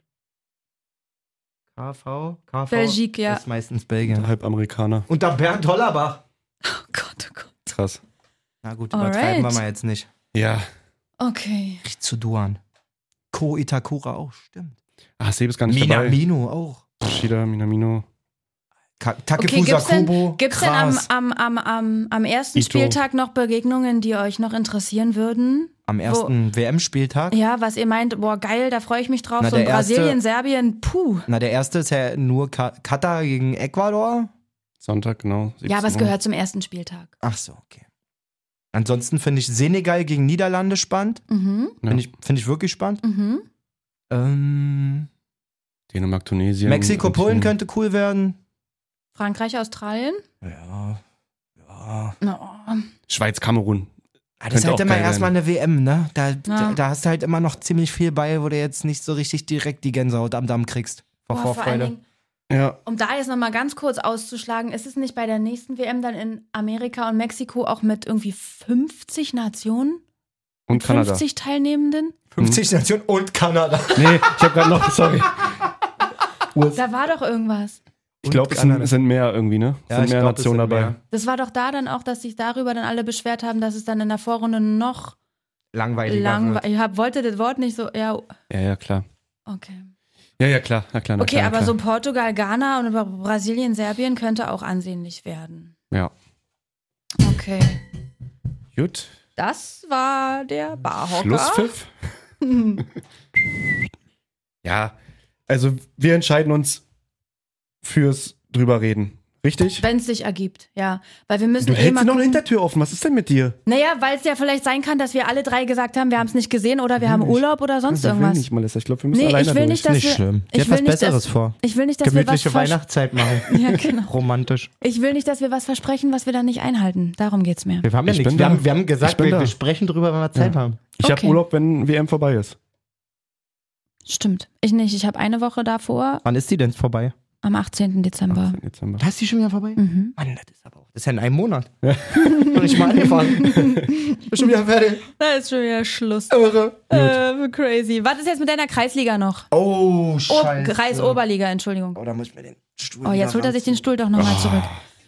KV Belgique, ja. ist meistens Belgien. Halb Amerikaner. Und da Bernd Hollerbach. Oh Gott. Krass. Na gut, übertreiben wir mal jetzt nicht. Ja. Okay. Ritsudoan. Ko Itakura auch, stimmt. Sebe ist gar nicht dabei. Minamino auch. Shida, Minamino. Takefusa Kubo. Gibt's denn am ersten Ito. Spieltag noch Begegnungen, die euch noch interessieren würden? Am ersten WM-Spieltag? Ja, was ihr meint, boah, geil, da freue ich mich drauf. Na, So der Brasilien, erste- Serbien, puh. Na, der erste ist ja nur Katar gegen Ecuador. Sonntag, genau. Ja, aber es 17 Uhr. gehört zum ersten Spieltag. Ach so, okay. Ansonsten finde ich Senegal gegen Niederlande spannend. Mhm. Ja. Finde ich wirklich spannend. Mhm. Dänemark, Tunesien. Mexiko, Polen Argentinien. könnte cool werden. Frankreich, Australien? Ja. Oh. Schweiz, Kamerun. Das ist Könnte halt auch immer geil erstmal eine WM, ne? Da hast du halt immer noch ziemlich viel bei, wo du jetzt nicht so richtig direkt die Gänsehaut am Damm kriegst. Vor Vor allen Vorfreude. Dingen, Ja. um da jetzt nochmal ganz kurz auszuschlagen, ist es nicht bei der nächsten WM dann in Amerika und Mexiko auch mit irgendwie 50 Nationen? Und Kanada. 50 Teilnehmenden? 50 Nationen und Kanada. Nee, ich habe gerade noch, sorry. Da war doch irgendwas. Ich glaube, es sind mehr irgendwie, ne? Es Ja, sind ich mehr glaub, es Nationen sind dabei. mehr. Das war doch da dann auch, dass sich darüber dann alle beschwert haben, dass es dann in der Vorrunde noch Langweiliger wird. Ich wollte das Wort nicht so, ja, Ja, klar. okay. Ja, klar. Na klar, Okay, aber klar. so Portugal, Ghana und Brasilien, Serbien könnte auch ansehnlich werden. Ja. Okay. Gut. Das war der Barhocker. Schlusspfiff. Ja, also wir entscheiden uns fürs drüber reden. Richtig? Wenn es sich ergibt, ja. Weil wir müssen Du hältst mal noch eine gucken. Hintertür offen. Was ist denn mit dir? Naja, weil es ja vielleicht sein kann, dass wir alle 3 gesagt haben, wir haben es nicht gesehen oder wir haben Urlaub oder sonst Ich will irgendwas. nicht, Melissa. Ich glaube, wir müssen Nee, alleine ich will durch. nicht, dass Nicht wir, schlimm. Ich Dir will was nicht, Besseres dass, vor. Ich will nicht, dass wir Gemütliche was Weihnachtszeit machen. Ja, genau. Romantisch. Ich will nicht, dass wir was versprechen, was wir dann nicht einhalten. Darum geht's mir. Wir haben ja Ich nichts. bin Wir da. haben gesagt, Ich bin da. wir sprechen drüber, wenn wir Zeit haben. Ich Okay. habe Urlaub, wenn WM vorbei ist. Stimmt. Ich nicht. Ich habe eine Woche davor, Wann ist die denn vorbei? am 18. Dezember. 18. Dezember. Da ist die schon wieder vorbei? Mhm. Mann, das ist aber auch. Das ist ja in einem Monat. Noch nicht mal angefangen. Bin schon wieder fertig. Da ist schon wieder Schluss. Irre. Crazy. Was ist jetzt mit deiner Kreisliga noch? Oh, scheiße. Kreis-Oberliga, Entschuldigung. Oh, da muss ich mir den Stuhl Oh, jetzt holt er sich den Stuhl doch nochmal zurück.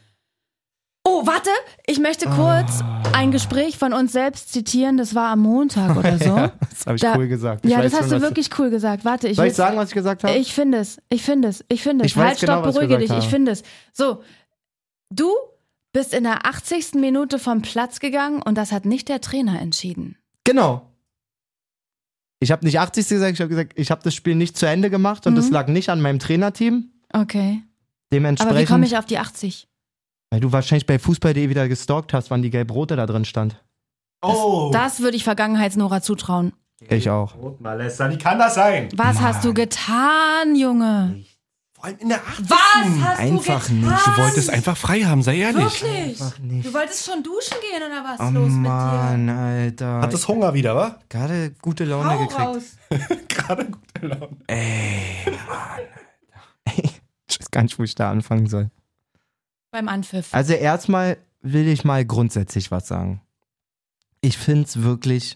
Oh, warte, ich möchte kurz ein Gespräch von uns selbst zitieren. Das war am Montag oder so. Ja, das habe ich Da- cool gesagt. Ich Ja, weiß das hast schon, du was- wirklich cool gesagt. Warte, ich Soll will ich sagen, was ich gesagt habe? Ich finde es. Ich weiß Halt, genau, stopp, was ich beruhige dich. gesagt Ich habe. finde es. So, du bist in der 80. Minute vom Platz gegangen und das hat nicht der Trainer entschieden. Genau. Ich habe nicht 80. gesagt, ich habe gesagt, ich habe das Spiel nicht zu Ende gemacht und das lag nicht an meinem Trainerteam. Okay. Dementsprechend, Aber wie komme ich auf die 80? weil du wahrscheinlich bei Fußball.de wieder gestalkt hast, wann die Gelb-Rote da drin stand. Oh! Das würde ich Vergangenheitsnora zutrauen. Ich auch. Melissa, wie kann das sein? Was hast du getan, Junge? Vor allem in der 80. Was hast Einfach du getan? nicht. Du wolltest einfach frei haben, sei ehrlich. Wirklich? Einfach nicht. Du wolltest schon duschen gehen oder was? Oh Los mit Mann, Alter. Hattest Hunger wieder, wa? Gerade gute dir? Laune Hau gekriegt. raus. Gerade gute Laune. Ey, Mann. Alter. Ich weiß gar nicht, wo ich da anfangen soll. Beim Anpfiff. Also erstmal will ich mal grundsätzlich was sagen. Ich find's wirklich.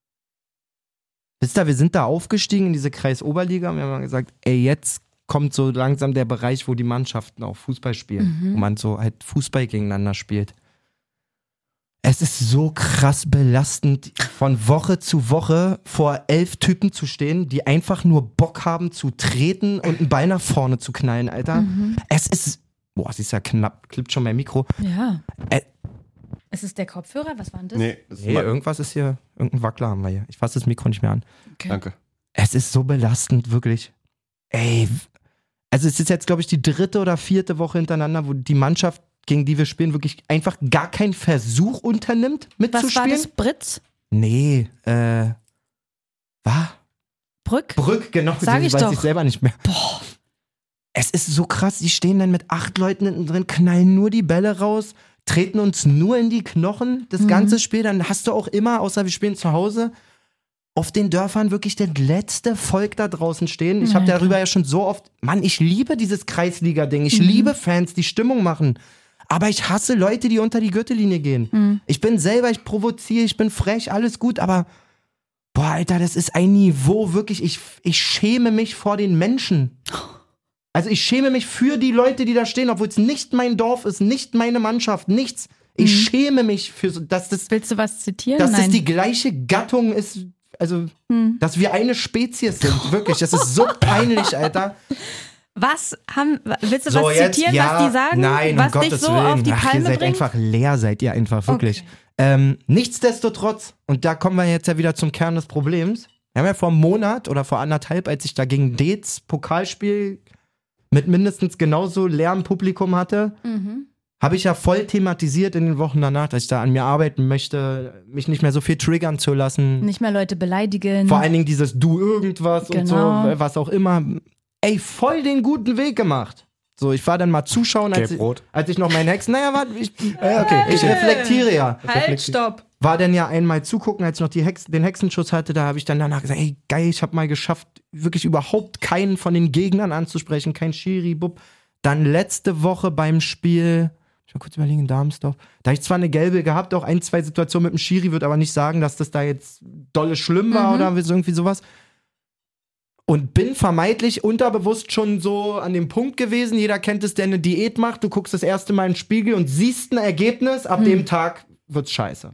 Wisst ihr, wir sind da aufgestiegen in diese Kreisoberliga und wir haben gesagt, ey, jetzt kommt so langsam der Bereich, wo die Mannschaften auch Fußball spielen. Wo man so halt Fußball gegeneinander spielt. Es ist so krass belastend, von Woche zu Woche vor 11 Typen zu stehen, die einfach nur Bock haben zu treten und einen Ball nach vorne zu knallen, Alter. Es ist. Boah, es ist ja knapp, klippt schon mein Mikro. Ja. Äh. Ist es der Kopfhörer? Was war denn das? Nee, das ist Nee, irgendwas ist hier, irgendein Wackler haben wir hier. Ich fasse das Mikro nicht mehr an. Okay. Danke. Es ist so belastend, wirklich. Ey, also es ist jetzt, glaube ich, die 3. oder 4. Woche hintereinander, wo die Mannschaft, gegen die wir spielen, wirklich einfach gar keinen Versuch unternimmt, Was war mitzuspielen. das? Britz? Nee, was? Brück? Brück, genau. Sag ich weiß doch. ich selber nicht mehr. Boah. Es ist so krass, die stehen dann mit 8 Leuten hinten drin, knallen nur die Bälle raus, treten uns nur in die Knochen, das ganze Spiel. Dann hast du auch immer, außer wir spielen zu Hause, auf den Dörfern wirklich das letzte Volk da draußen stehen. Ich habe darüber ja schon so oft, Mann, ich liebe dieses Kreisliga-Ding. Ich liebe Fans, die Stimmung machen. Aber ich hasse Leute, die unter die Gürtellinie gehen. Ich bin selber, ich provoziere, ich bin frech, alles gut, aber boah, Alter, das ist ein Niveau, wirklich, ich schäme mich vor den Menschen. Also ich schäme mich für die Leute, die da stehen, obwohl es nicht mein Dorf ist, nicht meine Mannschaft, nichts. Ich schäme mich für so, dass das, Willst du was zitieren? dass das Nein. die gleiche Gattung ist, also, dass wir eine Spezies sind, wirklich. Das ist so peinlich, Alter. Willst du was zitieren, was die sagen? Nein, was um dich Gottes so Willen. auf die Ach, ihr Palme seid bringt? einfach leer, seid ihr einfach, wirklich. Nichtsdestotrotz, und da kommen wir jetzt ja wieder zum Kern des Problems, wir haben ja vor einem Monat oder vor 1,5, als ich da gegen Dez Pokalspiel mit mindestens genauso leerem Publikum hatte, habe ich ja voll thematisiert in den Wochen danach, dass ich da an mir arbeiten möchte, mich nicht mehr so viel triggern zu lassen. Nicht mehr Leute beleidigen. Vor allen Dingen dieses Du irgendwas und Genau. so, was auch immer. Ey, voll den guten Weg gemacht. So, ich war dann mal zuschauen, als Gelb-Rot. ich noch meinen Hexen, naja, warte, ich reflektiere ja. Halt, stopp. War dann ja einmal zugucken, als ich noch den Hexenschuss hatte, da habe ich dann danach gesagt, ey, geil, ich habe mal geschafft, wirklich überhaupt keinen von den Gegnern anzusprechen, kein Schiri, Bub. Dann letzte Woche beim Spiel, ich mal kurz überlegen, in Darmsdorf, da habe ich zwar eine gelbe gehabt, auch 1, 2 Situationen mit dem Schiri, würde aber nicht sagen, dass das da jetzt dolle schlimm war oder irgendwie sowas. Und bin vermeintlich unterbewusst schon so an dem Punkt gewesen, jeder kennt es, der eine Diät macht, du guckst das erste Mal in den Spiegel und siehst ein Ergebnis, ab dem Tag wird's scheiße.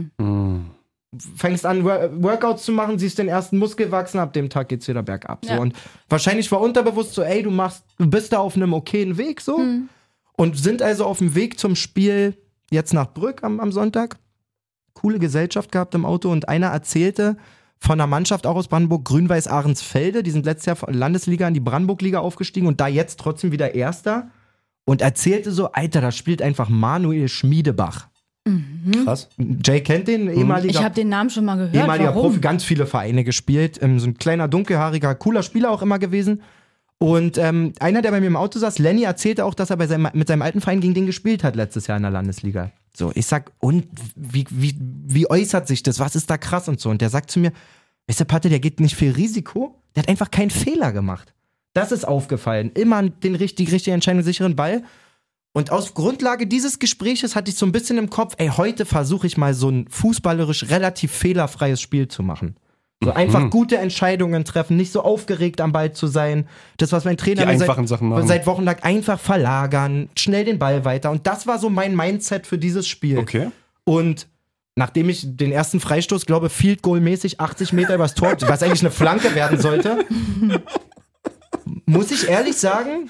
Fängst an, Workouts zu machen, siehst den ersten Muskel wachsen, ab dem Tag geht's wieder bergab. So. Ja. Und wahrscheinlich war unterbewusst so, ey, du bist da auf einem okayen Weg, so. Und sind also auf dem Weg zum Spiel jetzt nach Brück am Sonntag. Coole Gesellschaft gehabt im Auto und einer erzählte von einer Mannschaft auch aus Brandenburg, Grün-Weiß Ahrensfelde, die sind letztes Jahr von Landesliga in die Brandenburg-Liga aufgestiegen und da jetzt trotzdem wieder Erster. und erzählte so, Alter, da spielt einfach Manuel Schmiedebach. Krass. Jay kennt den, ehemaliger. Ich habe den Namen schon mal gehört. Ehemaliger Warum? Profi, ganz viele Vereine gespielt. So ein kleiner, dunkelhaariger, cooler Spieler auch immer gewesen. Und einer, der bei mir im Auto saß, Lenny, erzählte auch, dass er mit seinem alten Verein gegen den gespielt hat letztes Jahr in der Landesliga. So, ich sag, und wie äußert sich das? Was ist da krass und so? Und der sagt zu mir, weißt du, Patte, der geht nicht viel Risiko. Der hat einfach keinen Fehler gemacht. Das ist aufgefallen. Immer den richtigen Entscheidung, sicheren Ball. Und aus Grundlage dieses Gespräches hatte ich so ein bisschen im Kopf, heute versuche ich mal so ein fußballerisch relativ fehlerfreies Spiel zu machen. So einfach gute Entscheidungen treffen, nicht so aufgeregt am Ball zu sein. Das, was mein Trainer Die einfachen Sachen machen. Seit Wochen lang einfach verlagern, schnell den Ball weiter. Und das war so mein Mindset für dieses Spiel. Okay. Und nachdem ich den ersten Freistoß, glaube Field Goal mäßig 80 Meter übers Tor, was eigentlich eine Flanke werden sollte, muss ich ehrlich sagen,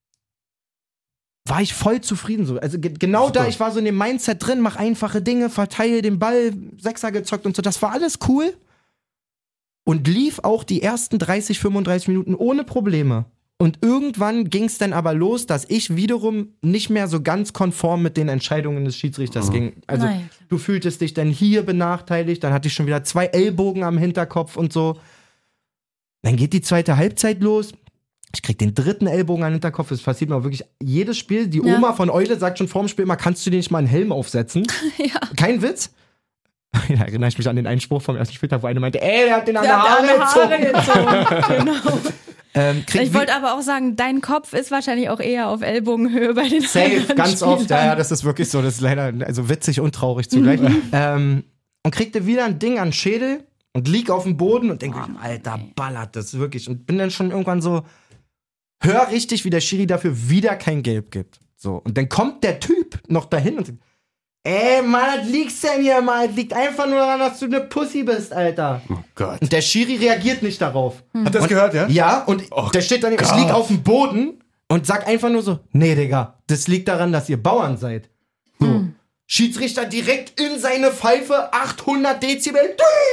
war ich voll zufrieden so. Also genau super. Da, ich war so in dem Mindset drin, mach einfache Dinge, verteile den Ball, Sechser gezockt und so. Das war alles cool. Und lief auch die ersten 30, 35 Minuten ohne Probleme. Und irgendwann ging es dann aber los, dass ich wiederum nicht mehr so ganz konform mit den Entscheidungen des Schiedsrichters ging. Also du fühltest dich dann hier benachteiligt, dann hatte ich schon wieder 2 Ellbogen am Hinterkopf und so. Dann geht die zweite Halbzeit los. Ich krieg den 3. Ellbogen an den Hinterkopf. Das passiert mir auch wirklich jedes Spiel. Die Oma von Eule sagt schon vorm Spiel immer, kannst du dir nicht mal einen Helm aufsetzen? Ja. Kein Witz. Da erinnere ich mich an den Einspruch vom ersten Spieltag, wo eine meinte, der hat den an der Haare gezogen. Genau. Ich wollte aber auch sagen, dein Kopf ist wahrscheinlich auch eher auf Ellbogenhöhe bei den Safe, ganz Spielern. Oft. Ja, das ist wirklich so. Das ist leider also witzig und traurig zugleich. Und kriegte wieder ein Ding an den Schädel und lieg auf dem Boden und denke, Alter, ballert das wirklich. Und bin dann schon irgendwann so, hör richtig, wie der Schiri dafür wieder kein Gelb gibt. So. Und dann kommt der Typ noch dahin und sagt, Mann, das liegt's denn hier, Mann. Das liegt einfach nur daran, dass du eine Pussy bist, Alter. Oh Gott. Und der Schiri reagiert nicht darauf. Hat das gehört, ja? Ja, und der steht dann, ich lieg auf dem Boden und sag einfach nur so, nee, Digga, das liegt daran, dass ihr Bauern seid. So. Schiedsrichter direkt in seine Pfeife, 800 Dezibel.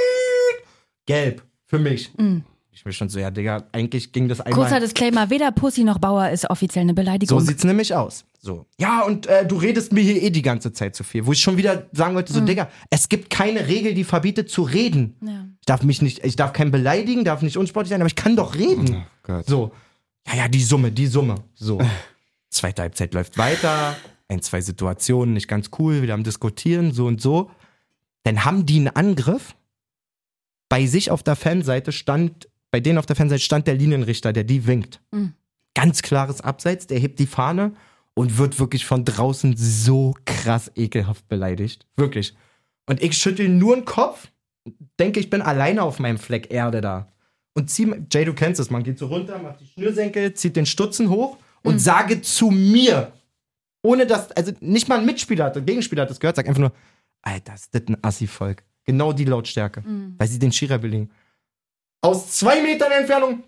Gelb. Für mich. Ich bin schon so, ja, Digga, eigentlich ging das einmal. Kurzer Disclaimer, weder Pussy noch Bauer ist offiziell eine Beleidigung. So sieht's nämlich aus. So. Ja, und du redest mir hier die ganze Zeit zu viel. Wo ich schon wieder sagen wollte, so, Digga, es gibt keine Regel, die verbietet zu reden. Ja. Ich darf keinen beleidigen, darf nicht unsportlich sein, aber ich kann doch reden. Oh Gott. So. Ja, die Summe. So. Zweite Halbzeit läuft weiter. 1, 2 Situationen, nicht ganz cool, wieder am Diskutieren, so und so. Dann haben die einen Angriff. Bei denen auf der Fanseite stand der Linienrichter, der die winkt. Ganz klares Abseits, der hebt die Fahne und wird wirklich von draußen so krass ekelhaft beleidigt. Wirklich. Und ich schüttel nur den Kopf, denke, ich bin alleine auf meinem Fleck Erde da. Und Jay, du kennst es, man geht so runter, macht die Schnürsenkel, zieht den Stutzen hoch und sage zu mir, ohne dass, also nicht mal ein Mitspieler der Gegenspieler hat das gehört, sag einfach nur, Alter, ist das ein Assi-Volk. Genau die Lautstärke, weil sie den Schiri belegen. Aus 2 Metern Entfernung.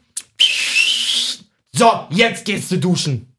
So, jetzt gehst du duschen.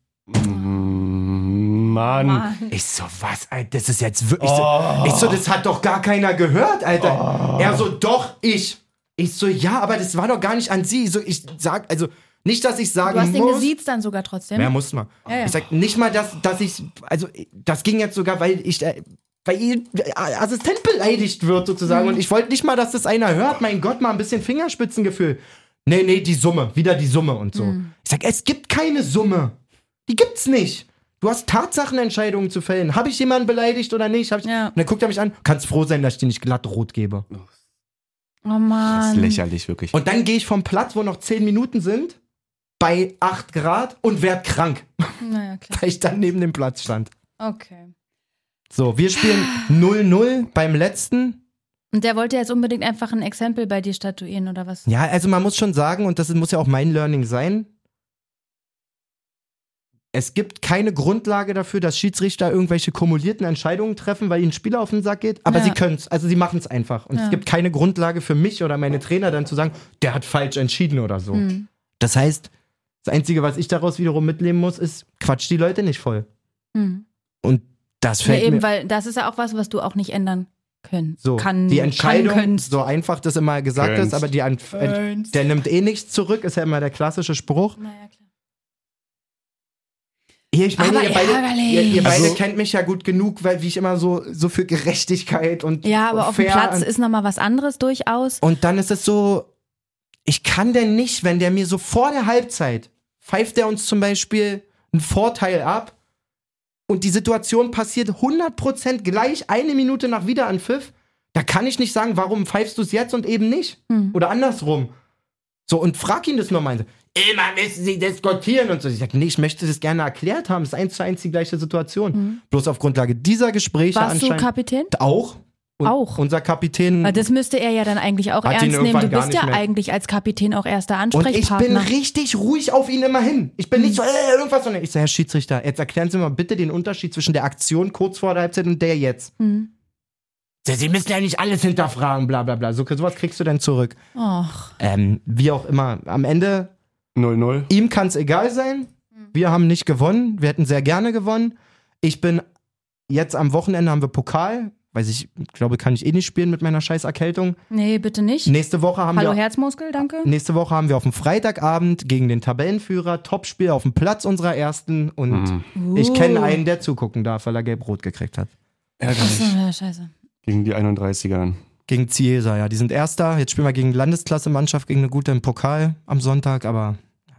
Mann. Ich so, was, Alter, das ist jetzt wirklich so. Ich so, das hat doch gar keiner gehört, Alter. Er so, doch, ich. Ich so, ja, aber das war doch gar nicht an sie. So, ich sag, also, nicht, dass ich sagen muss. Du hast den gesiezt dann sogar trotzdem? Ja, musst mal. Ja. Ich sag nicht mal, dass ich, also, das ging jetzt sogar, weil ihr Assistent beleidigt wird sozusagen. Und ich wollte nicht mal, dass das einer hört. Mein Gott, mal ein bisschen Fingerspitzengefühl. Nee, die Summe. Wieder die Summe und so. Ich sag, es gibt keine Summe. Die gibt's nicht. Du hast Tatsachenentscheidungen zu fällen. Habe ich jemanden beleidigt oder nicht? Und dann guckt er mich an. Kannst froh sein, dass ich dir nicht glatt rot gebe. Oh Mann. Das ist lächerlich, wirklich. Und dann gehe ich vom Platz, wo noch 10 Minuten sind, bei 8 Grad und werd krank. Naja, klar. Weil ich dann neben dem Platz stand. Okay. So, wir spielen 0-0 beim letzten. Und der wollte jetzt unbedingt einfach ein Exempel bei dir statuieren, oder was? Ja, also man muss schon sagen, und das muss ja auch mein Learning sein, es gibt keine Grundlage dafür, dass Schiedsrichter irgendwelche kumulierten Entscheidungen treffen, weil ihnen ein Spieler auf den Sack geht, aber sie können es, also sie machen es einfach. Und es gibt keine Grundlage für mich oder meine Trainer dann zu sagen, der hat falsch entschieden oder so. Das heißt, das Einzige, was ich daraus wiederum mitnehmen muss, ist, quatsch die Leute nicht voll. Und das fällt mir... weil das ist ja auch was du auch nicht ändern können. So, die Entscheidung, so einfach das immer gesagt ist, aber der nimmt eh nichts zurück, ist ja immer der klassische Spruch. Naja, klar. Hier, ich meine, Aber ihr beide Also- kennt mich ja gut genug, weil wie ich immer so für Gerechtigkeit und Ja, aber auf dem fair Platz ist nochmal was anderes durchaus. und dann ist es so, ich kann denn nicht, wenn der mir so vor der Halbzeit pfeift der uns zum Beispiel einen Vorteil ab und die Situation passiert 100% gleich 1 Minute nach Wiederanpfiff, da kann ich nicht sagen, warum pfeifst du es jetzt und eben nicht? Oder andersrum. So, und frag ihn das nochmal. Immer müssen sie diskutieren und so. Ich sag, nee, ich möchte das gerne erklärt haben. Das ist 1:1 die gleiche Situation. Bloß auf Grundlage dieser Gespräche Warst du anscheinend. Kapitän? Auch. Und Auch. Unser Kapitän. Weil das müsste er ja dann eigentlich auch Hat ihn ernst nehmen. irgendwann Du gar bist nicht ja mehr. eigentlich als Kapitän auch erster Und ich bin Ansprechpartner. richtig ruhig auf ihn immer hin. Ich bin nicht so, irgendwas, sondern ich sage, Herr Schiedsrichter, jetzt erklären Sie mir mal bitte den Unterschied zwischen der Aktion kurz vor der Halbzeit und der jetzt. Sie müssen ja nicht alles hinterfragen, bla bla bla. Sowas kriegst du dann zurück. Och. Wie auch immer. Am Ende, 0-0. ihm kann es egal sein. Wir haben nicht gewonnen. Wir hätten sehr gerne gewonnen. Ich bin jetzt am Wochenende haben wir Pokal. Glaube, kann ich eh nicht spielen mit meiner scheiß Erkältung. Nee, bitte nicht. Nächste Woche haben Hallo wir Herzmuskel, danke. Nächste Woche haben wir auf dem Freitagabend gegen den Tabellenführer Topspiel auf dem Platz unserer Ersten und ich kenne einen, der zugucken darf, weil er gelb-rot gekriegt hat. Ärgerlich. Ja, scheiße. Gegen die 31er dann. Gegen Ciesa, ja. Die sind Erster. Jetzt spielen wir gegen Landesklasse-Mannschaft, gegen eine gute im Pokal am Sonntag, aber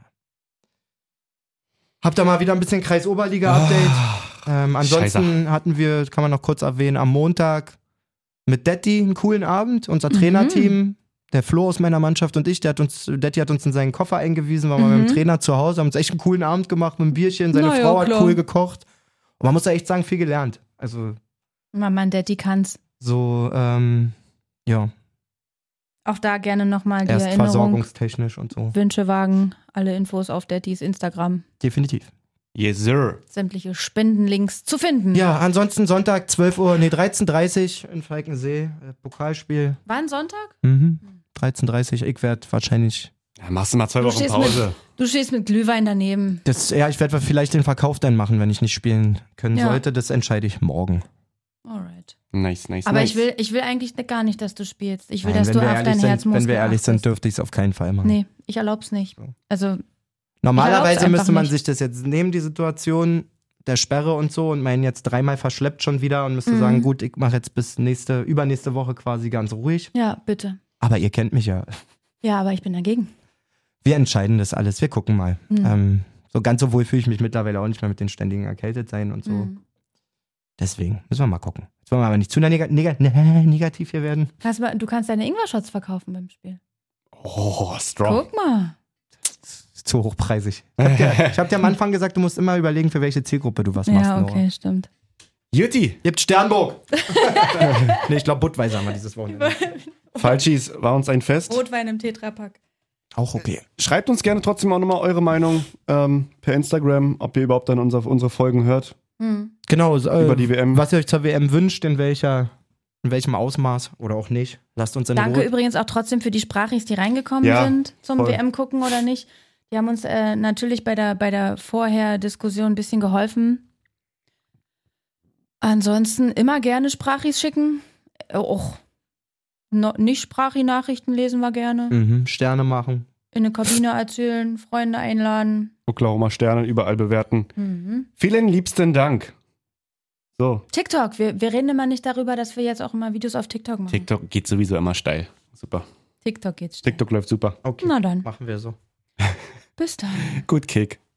habt ihr mal wieder ein bisschen Kreis-Oberliga-Update. Ansonsten hatten wir, kann man noch kurz erwähnen, am Montag mit Detti einen coolen Abend. Unser Trainerteam, der Flo aus meiner Mannschaft und ich, Detti hat uns in seinen Koffer eingewiesen, waren wir mit dem Trainer zu Hause, haben uns echt einen coolen Abend gemacht mit einem Bierchen. Seine Na ja, Frau hat klar. cool gekocht. Und man muss ja echt sagen, viel gelernt. Also Mama Daddy kann's. so, ja, Auch da gerne nochmal die erst Erinnerung. versorgungstechnisch und so. Wünschewagen, alle Infos auf Daddys Instagram. Definitiv. Yes, sir. Sämtliche Spendenlinks zu finden. Ja, ansonsten Sonntag 13:30 in Falkensee, Pokalspiel. Wann Sonntag? 13:30, ich werde wahrscheinlich, Ja, machst du mal 2 Wochen stehst Pause. Du stehst mit Glühwein daneben. ich werde vielleicht den Verkauf dann machen, wenn ich nicht spielen können Ja. sollte. Das entscheide ich morgen. Alright. Nice. Aber nice. ich will eigentlich gar nicht, dass du spielst. Ich will, Nein, dass du auf dein Herzmuskel wenn wir ehrlich sind, achtest. dürfte ich es auf keinen Fall machen. Nee, ich erlaub's nicht. Also, Normalerweise Ich erlaub's müsste man einfach sich das jetzt nehmen, die Situation der Sperre und so, und meinen jetzt 3-mal verschleppt schon wieder und müsste sagen, gut, ich mache jetzt bis übernächste Woche quasi ganz ruhig. ja, bitte. Aber ihr kennt mich ja. Ja, aber ich bin dagegen. Wir entscheiden das alles, wir gucken mal. So ganz so wohl fühle ich mich mittlerweile auch nicht mehr mit den ständigen Erkältetsein und so. Deswegen müssen wir mal gucken. Jetzt wollen wir aber nicht zu negativ hier werden. Du kannst deine Ingwer-Shots verkaufen beim Spiel. Oh, strong. Guck mal. Zu hochpreisig. Ich hab dir am Anfang gesagt, du musst immer überlegen, für welche Zielgruppe du was machst. Ja, okay, Nora. stimmt. Jutti. Gibt Sternburg. Nee, ich glaube Budweiser haben wir dieses Wochenende. Falschis, war uns ein Fest. Rotwein im Tetrapack. Auch okay. Schreibt uns gerne trotzdem auch nochmal eure Meinung per Instagram, ob ihr überhaupt dann unsere Folgen hört. Genau, Über die WM. was ihr euch zur WM wünscht, in welchem Ausmaß oder auch nicht. Lasst uns in Danke Ruhe. übrigens auch trotzdem für die Sprachis, die reingekommen Ja, sind zum voll. WM gucken oder nicht. Die haben uns natürlich bei der Vorher-Diskussion ein bisschen geholfen. Ansonsten immer gerne Sprachis schicken. Auch Nicht-Sprachi-Nachrichten lesen wir gerne. Sterne machen. In eine Kabine erzählen, Freunde einladen. Oklahoma Sterne überall bewerten. Vielen liebsten Dank. So, TikTok, wir reden immer nicht darüber, dass wir jetzt auch immer Videos auf TikTok machen. TikTok geht sowieso immer steil. Super. TikTok geht's schnell. TikTok läuft super. Okay, Na dann, machen wir so. bis dann. Gut Kick.